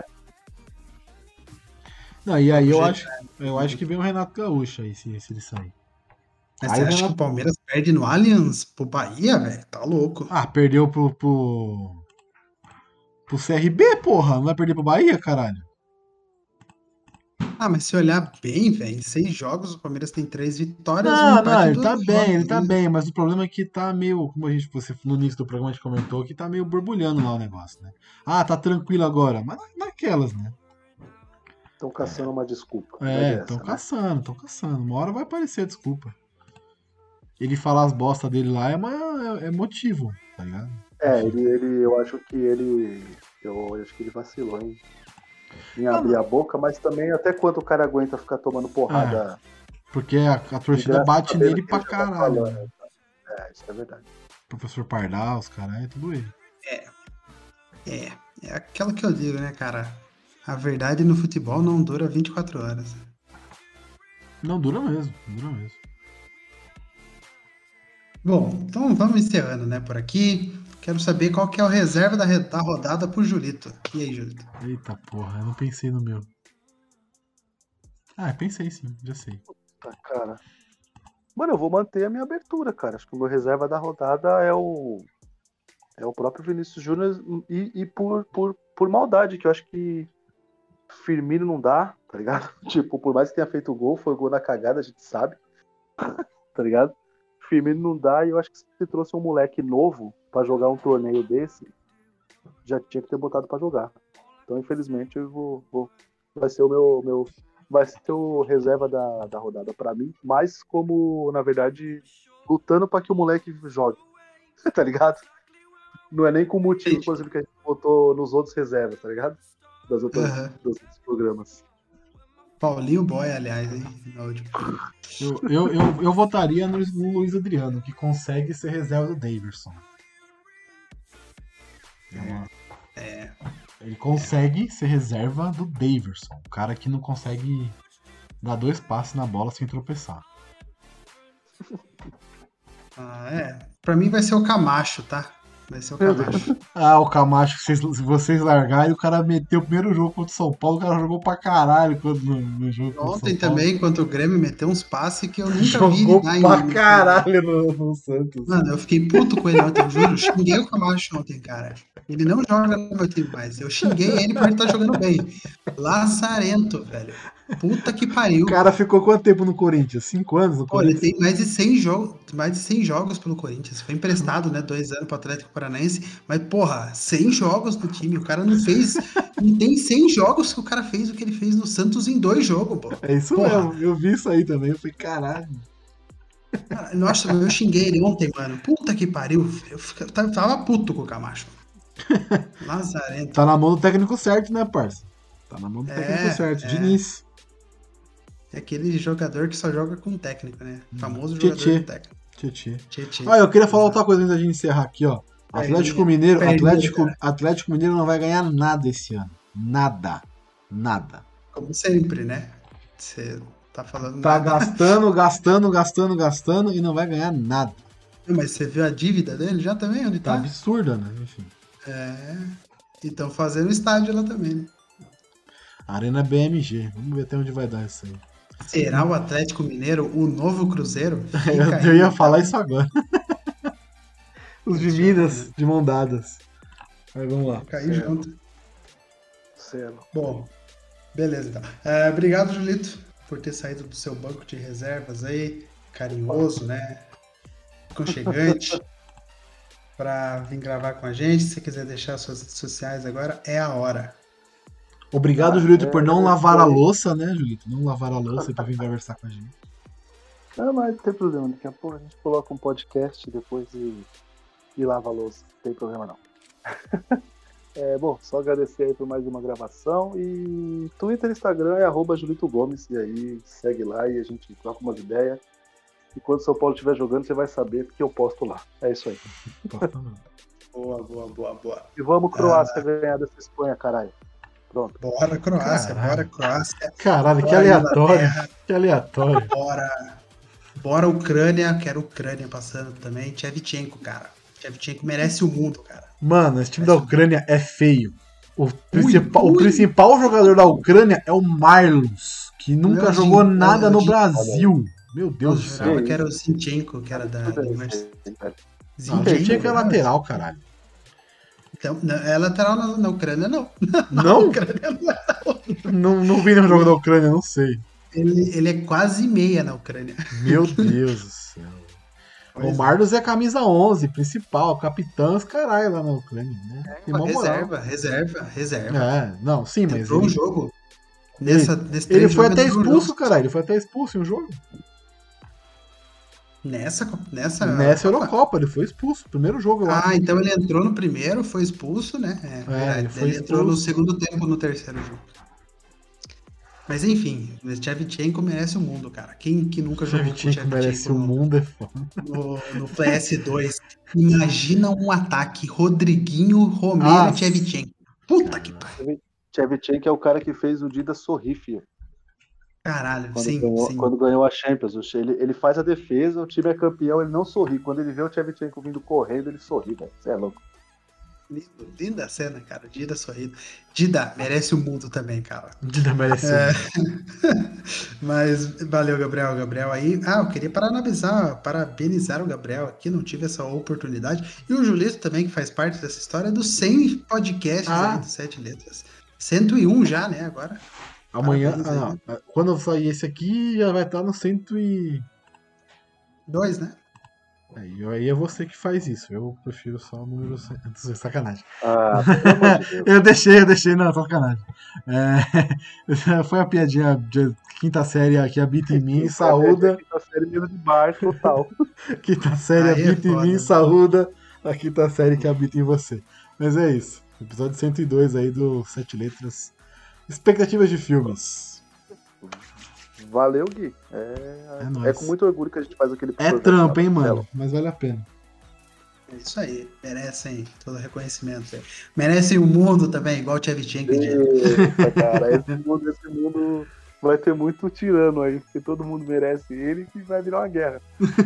Não, e aí eu acho que vem o Renato Gaúcho aí, se ele sair. Mas Aí você o acha Renato- que o Palmeiras perde no Allianz pro Bahia, velho? Tá louco. Ah, perdeu pro CRB, porra. Não vai perder pro Bahia, caralho? Ah, mas se olhar bem, velho, em 6 jogos o Palmeiras tem 3 vitórias, um Não, empate e ele 2 tá bem, derrotas, ele tá né? bem, mas o problema é que tá meio, como você no início do programa a gente comentou, que tá meio borbulhando lá o negócio, né? Ah, tá tranquilo agora, mas naquelas, né? Estão caçando uma desculpa. Estão caçando, Uma hora vai aparecer a desculpa. Ele falar as bostas dele lá é motivo, tá ligado? Eu acho que ele vacilou, hein? Em abrir a boca, mas também até quanto o cara aguenta ficar tomando porrada. Porque a torcida bate nele pra caralho. Falando. Né? Isso é verdade. Professor Pardal, os caras, é tudo ele. É aquela que eu digo, né, cara? A verdade no futebol não dura 24 horas. Não, dura mesmo, dura mesmo. Bom, então vamos encerrando, né, por aqui. Quero saber qual que é o reserva da rodada pro Julito. E aí, Julito? Eita porra, eu não pensei no meu. Ah, pensei sim, já sei. Tá, cara. Mano, eu vou manter a minha abertura, cara. Acho que o meu reserva da rodada é o próprio Vinícius Júnior e por maldade, que eu acho que Firmino não dá, tá ligado? Tipo, por mais que tenha feito gol, foi gol na cagada, a gente sabe. Tá ligado? Firmino não dá e eu acho que se trouxe um moleque novo pra jogar um torneio desse, já tinha que ter botado pra jogar. Então, infelizmente, eu vai ser vai ser o reserva da rodada pra mim, mas como, na verdade, lutando pra que o moleque jogue. Tá ligado? Não é nem com motivo, por exemplo, que a gente botou nos outros reservas, tá ligado? Dos outros programas. Paulinho Boy, aliás, hein? No último. Eu votaria no Luiz Adriano, que consegue ser reserva do Daverson. Ele consegue ser reserva do Daverson, o cara que não consegue dar 2 passos na bola sem tropeçar. Pra mim vai ser o Camacho, tá? Vai ser o Camacho. O Camacho, se vocês largarem, o cara meteu o primeiro jogo contra o São Paulo, o cara jogou pra caralho no jogo contra o São Paulo. Ontem também, contra o Grêmio, meteu uns passes que eu nunca vi. Jogou pra caralho no Santos. Mano, eu fiquei puto com ele ontem, eu juro. Xinguei o Camacho ontem, cara. Ele não joga no meu time mais. Eu xinguei ele porque ele tá jogando bem. Lazarento, velho. Puta que pariu. O cara ficou quanto tempo no Corinthians? 5 anos no Corinthians? Ele tem mais de 100 jogos pelo Corinthians. Foi emprestado, né? 2 anos pro Atlético Paranaense. Mas, porra, 100 jogos no time. O cara não fez. Não tem 100 jogos que o cara fez o que ele fez no Santos em 2 jogos, pô. É isso mesmo. Eu vi isso aí também. Eu falei, caralho. Nossa, eu xinguei ele ontem, mano. Puta que pariu. Eu tava puto com o Camacho. Lazarento. Tá na mão do técnico certo, né, parça? Tá na mão do técnico certo. Diniz. É aquele jogador que só joga com técnico, né? Famoso jogador com técnico. Tietê. Eu queria falar outra coisa antes da gente encerrar aqui, ó. Atlético Mineiro não vai ganhar nada esse ano. Nada. Como sempre, né? Você tá falando Tá nada. gastando e não vai ganhar nada. Mas você viu a dívida dele já também? Onde Tá tá? absurda, né? Enfim. E estão fazendo estádio lá também, né? Arena BMG. Vamos ver até onde vai dar isso aí. Será o Atlético Mineiro o novo Cruzeiro? Fica Eu aí, ia falar então. isso agora. Os de Deixa eu ver, Minas, né? de mão dadas. Mas vamos lá. Fica aí junto. Celo. Bom, beleza então. Obrigado, Julito, por ter saído do seu banco de reservas aí, carinhoso, né? Aconchegante, para vir gravar com a gente. Se você quiser deixar suas redes sociais agora, é a hora. Obrigado, Julito, por não lavar a louça, né, Julito? Não lavar a louça pra vir conversar com a gente. Não, mas não tem problema. Daqui a pouco a gente coloca um podcast depois e lava a louça. Não tem problema não. Bom, só agradecer aí por mais uma gravação. E Twitter e Instagram é @Julito Gomes. E aí segue lá e a gente troca umas ideias. E quando o São Paulo estiver jogando, você vai saber porque eu posto lá. É isso aí. Boa. E vamos, Croácia, ganhar dessa Espanha, caralho. Pronto. Bora, Croácia, bora, Croácia. Caralho, que Bora, aleatório. Inglaterra. Que aleatório. Bora, Ucrânia. Quero Ucrânia passando também. Tchevchenko, cara. Tchevchenko merece o mundo, cara. Mano, esse time da Ucrânia é feio. O principal jogador da Ucrânia é o Marlos, que nunca jogou nada no Brasil. Meu Deus do céu. Eu que era o Zinchenko, que era da Universidade. Não, o Zinchenko é lateral, caralho. Então, é lateral na Ucrânia, não. Não? Ucrânia Não vi nenhum jogo da Ucrânia, não sei. Ele é quase meia na Ucrânia. Meu Deus do céu. O Marlos é camisa 11, principal, capitão, os caralho lá na Ucrânia, né? Reserva. Não, sim, mas entrou um jogo. Ele foi até expulso, caralho. Ele foi até expulso em um jogo. Nessa Eurocopa, ele foi expulso. Primeiro jogo lá. Ah, então ele entrou no primeiro, foi expulso, né? Ele entrou no segundo tempo, no terceiro jogo. Mas enfim, o Shevchenko merece o mundo, cara. Quem que nunca jogou com o Shevchenko merece o mundo, é foda. No PS2? Imagina um ataque Rodriguinho, Romero e Shevchenko. Puta que pariu. Shevchenko é o cara que fez o Dida sorrir, filho. Caralho, Quando ganhou a Champions, ele faz a defesa, o time é campeão, ele não sorri. Quando ele vê o Shevchenko vindo correndo, ele sorri, velho. Você é louco. Linda cena, cara. Dida sorrindo. Dida merece o mundo também, cara. Dida merece o mundo. Mas valeu, Gabriel. Gabriel aí. Eu queria parabenizar o Gabriel aqui, não tive essa oportunidade. E o Julito também, que faz parte dessa história dos 100 podcasts aí dos 7 letras. 101 já, né, agora. Amanhã, quando eu sair esse aqui, já vai estar no 102, né? Aí é você que faz isso. Eu prefiro só o número 100. Sacanagem. Pelo amor de Deus. Eu deixei, não, sacanagem. Foi a piadinha de quinta série que habita em mim, saúda. Quinta série mesmo de bar, total. Quinta série habita em mim, saúda a quinta série que habita em você. Mas é isso. Episódio 102 aí do 7 letras. Expectativas de filmes. Valeu, Gui. É com muito orgulho que a gente faz aquele programa. É trampo, hein, mano? Mas vale a pena. É isso aí. Merecem todo reconhecimento. Merecem o mundo também, igual o Shevchenko. Cara, esse mundo vai ter muito tirano aí, porque todo mundo merece ele e vai virar uma guerra.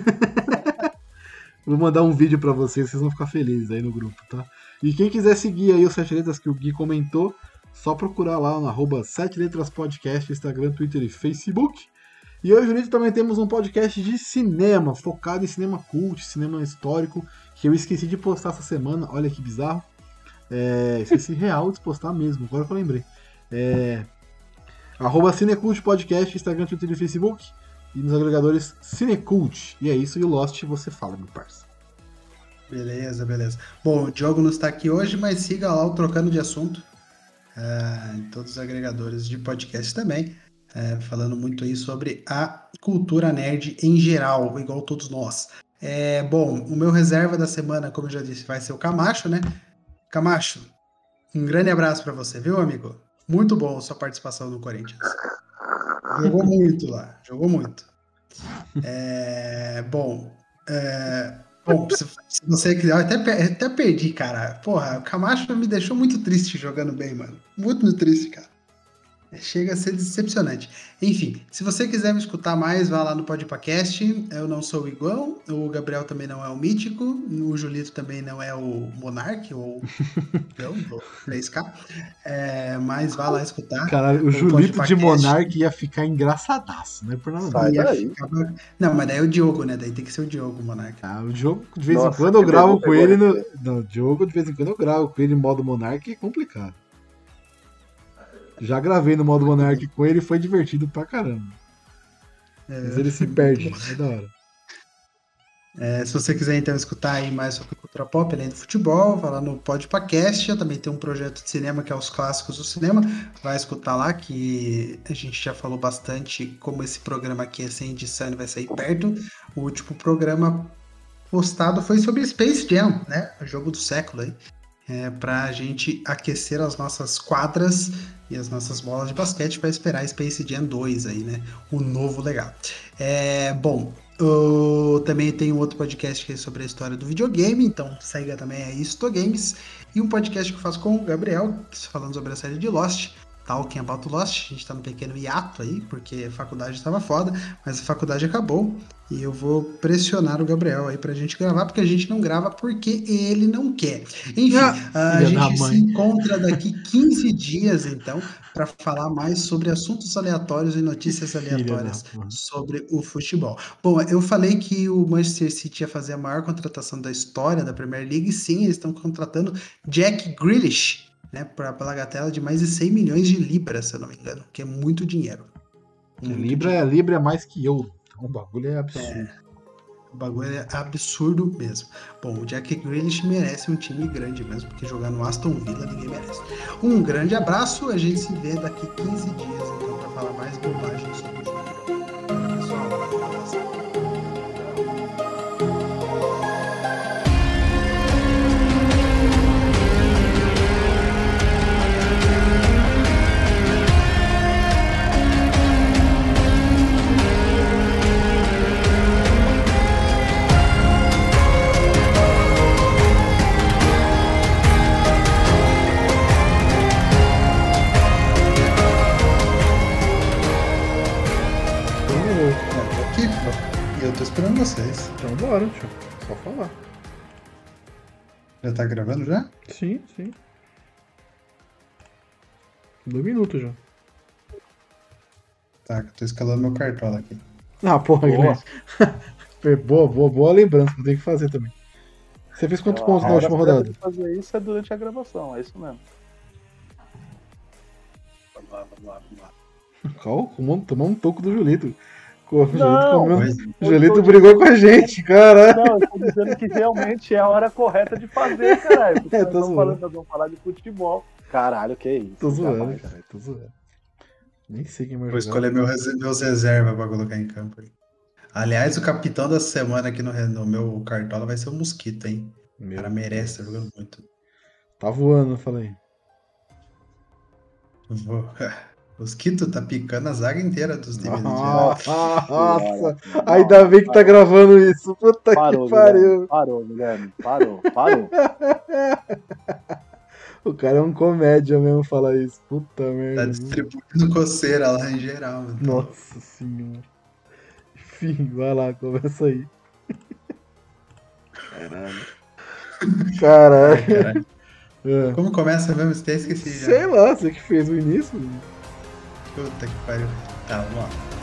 Vou mandar um vídeo pra vocês vão ficar felizes aí no grupo, tá? E quem quiser seguir aí os 7 letras que o Gui comentou, só procurar lá no 7 letras podcast, Instagram, Twitter e Facebook. E eu e o Julito também temos um podcast de cinema, focado em cinema cult, cinema histórico, que eu esqueci de postar essa semana, olha que bizarro. Esqueci real de postar mesmo, agora que eu lembrei. @Cinecult Podcast, Instagram, Twitter e Facebook. E nos agregadores Cinecult. E é isso, e o Lost você fala, meu parça. Beleza. Bom, o Diogo não está aqui hoje, mas siga lá o Trocando de Assunto. Em todos os agregadores de podcast também, falando muito aí sobre a cultura nerd em geral, igual todos nós. Bom, o meu reserva da semana, como eu já disse, vai ser o Camacho, né? Camacho, um grande abraço para você, viu, amigo? Muito bom sua participação no Corinthians. Jogou muito lá, jogou muito. Bom, se você quiser, eu até perdi, cara. Porra, o Camacho me deixou muito triste jogando bem, mano. Muito triste, cara. Chega a ser decepcionante. Enfim, se você quiser me escutar mais, vá lá no Podpacast. Eu não sou o Iguão, o Gabriel também não é o Mítico, o Julito também não é o Monark, ou o 3K. Mas vá lá escutar. Caralho, o Julito de Monark ia ficar engraçadaço, né? Por nada. Sai daí. Não, mas daí é o Diogo, né? Daí tem que ser o Diogo, Monark. Ah, o Diogo, de vez em quando eu gravo com ele no... Não, o Diogo, de vez em quando eu gravo com ele em modo Monark, é complicado. Já gravei no modo Monark com ele e foi divertido pra caramba. Mas ele se perde, é da hora. Se você quiser então escutar aí mais sobre cultura pop, além do futebol, vai lá no Podpacast. Eu também tenho um projeto de cinema que é os clássicos do cinema. Vai escutar lá, que a gente já falou bastante como esse programa aqui é sem edição e vai sair perto. O último programa postado foi sobre Space Jam, né? O jogo do século aí. Pra gente aquecer as nossas quadras e as nossas bolas de basquete para esperar Space Jam 2 aí, né? O novo legal. Bom, eu também tenho outro podcast que é sobre a história do videogame, então siga também aí Games. E um podcast que eu faço com o Gabriel, falando sobre a série de Lost, Talking About Lost. A gente tá no pequeno hiato aí, porque a faculdade estava foda, mas a faculdade acabou. E eu vou pressionar o Gabriel aí pra gente gravar, porque a gente não grava porque ele não quer. Enfim, a gente se encontra daqui 15 dias, então, para falar mais sobre assuntos aleatórios e notícias aleatórias sobre o futebol. Bom, eu falei que o Manchester City ia fazer a maior contratação da história da Premier League. Sim, eles estão contratando Jack Grealish, né, para bagatela de mais de 100 milhões de libras, se eu não me engano, que é muito dinheiro. Libra é mais que euro. O bagulho é absurdo. O bagulho é absurdo mesmo. Bom, o Jack Grealish merece um time grande mesmo, porque jogar no Aston Villa ninguém merece. Um grande abraço, a gente se vê daqui 15 dias, então, para falar mais bobagem sobre o jogo. Pessoal, eu tô esperando vocês. Então bora, tio. Só falar. Já tá gravando já? Sim. 2 minutos já. Tá, eu tô escalando meu cartola aqui. Ah, porra, boa lembrança que eu tenho que fazer também. Você fez quantos pontos na última rodada? Fazer isso é durante a gravação, é isso mesmo. Vamos lá. Calma, tomar um toco do Julito. O Julito brigou com a gente, caralho. Não, eu tô dizendo que realmente é a hora correta de fazer, caralho. Porque nós vamos falar de futebol. Caralho, que isso? Tô zoando. Nem sei quem vai jogar. Vou escolher meus reservas pra colocar em campo. Aliás, o capitão da semana aqui no meu cartola vai ser o Mosquito, hein? O cara merece, tá jogando muito. Tá voando, eu falei. Mosquito tá picando a zaga inteira dos times. Nossa, ainda bem que tá gravando isso. Puta que pariu. Guilherme. Parou. O cara é um comédia mesmo falar isso. Puta merda. Tá distribuindo coceira lá em geral. Mano. Nossa senhora. Enfim, vai lá, começa aí. Caralho. Como começa mesmo? Você até esqueci já. Sei lá, você que fez o início. Puta que pariu. Tá, vamos lá.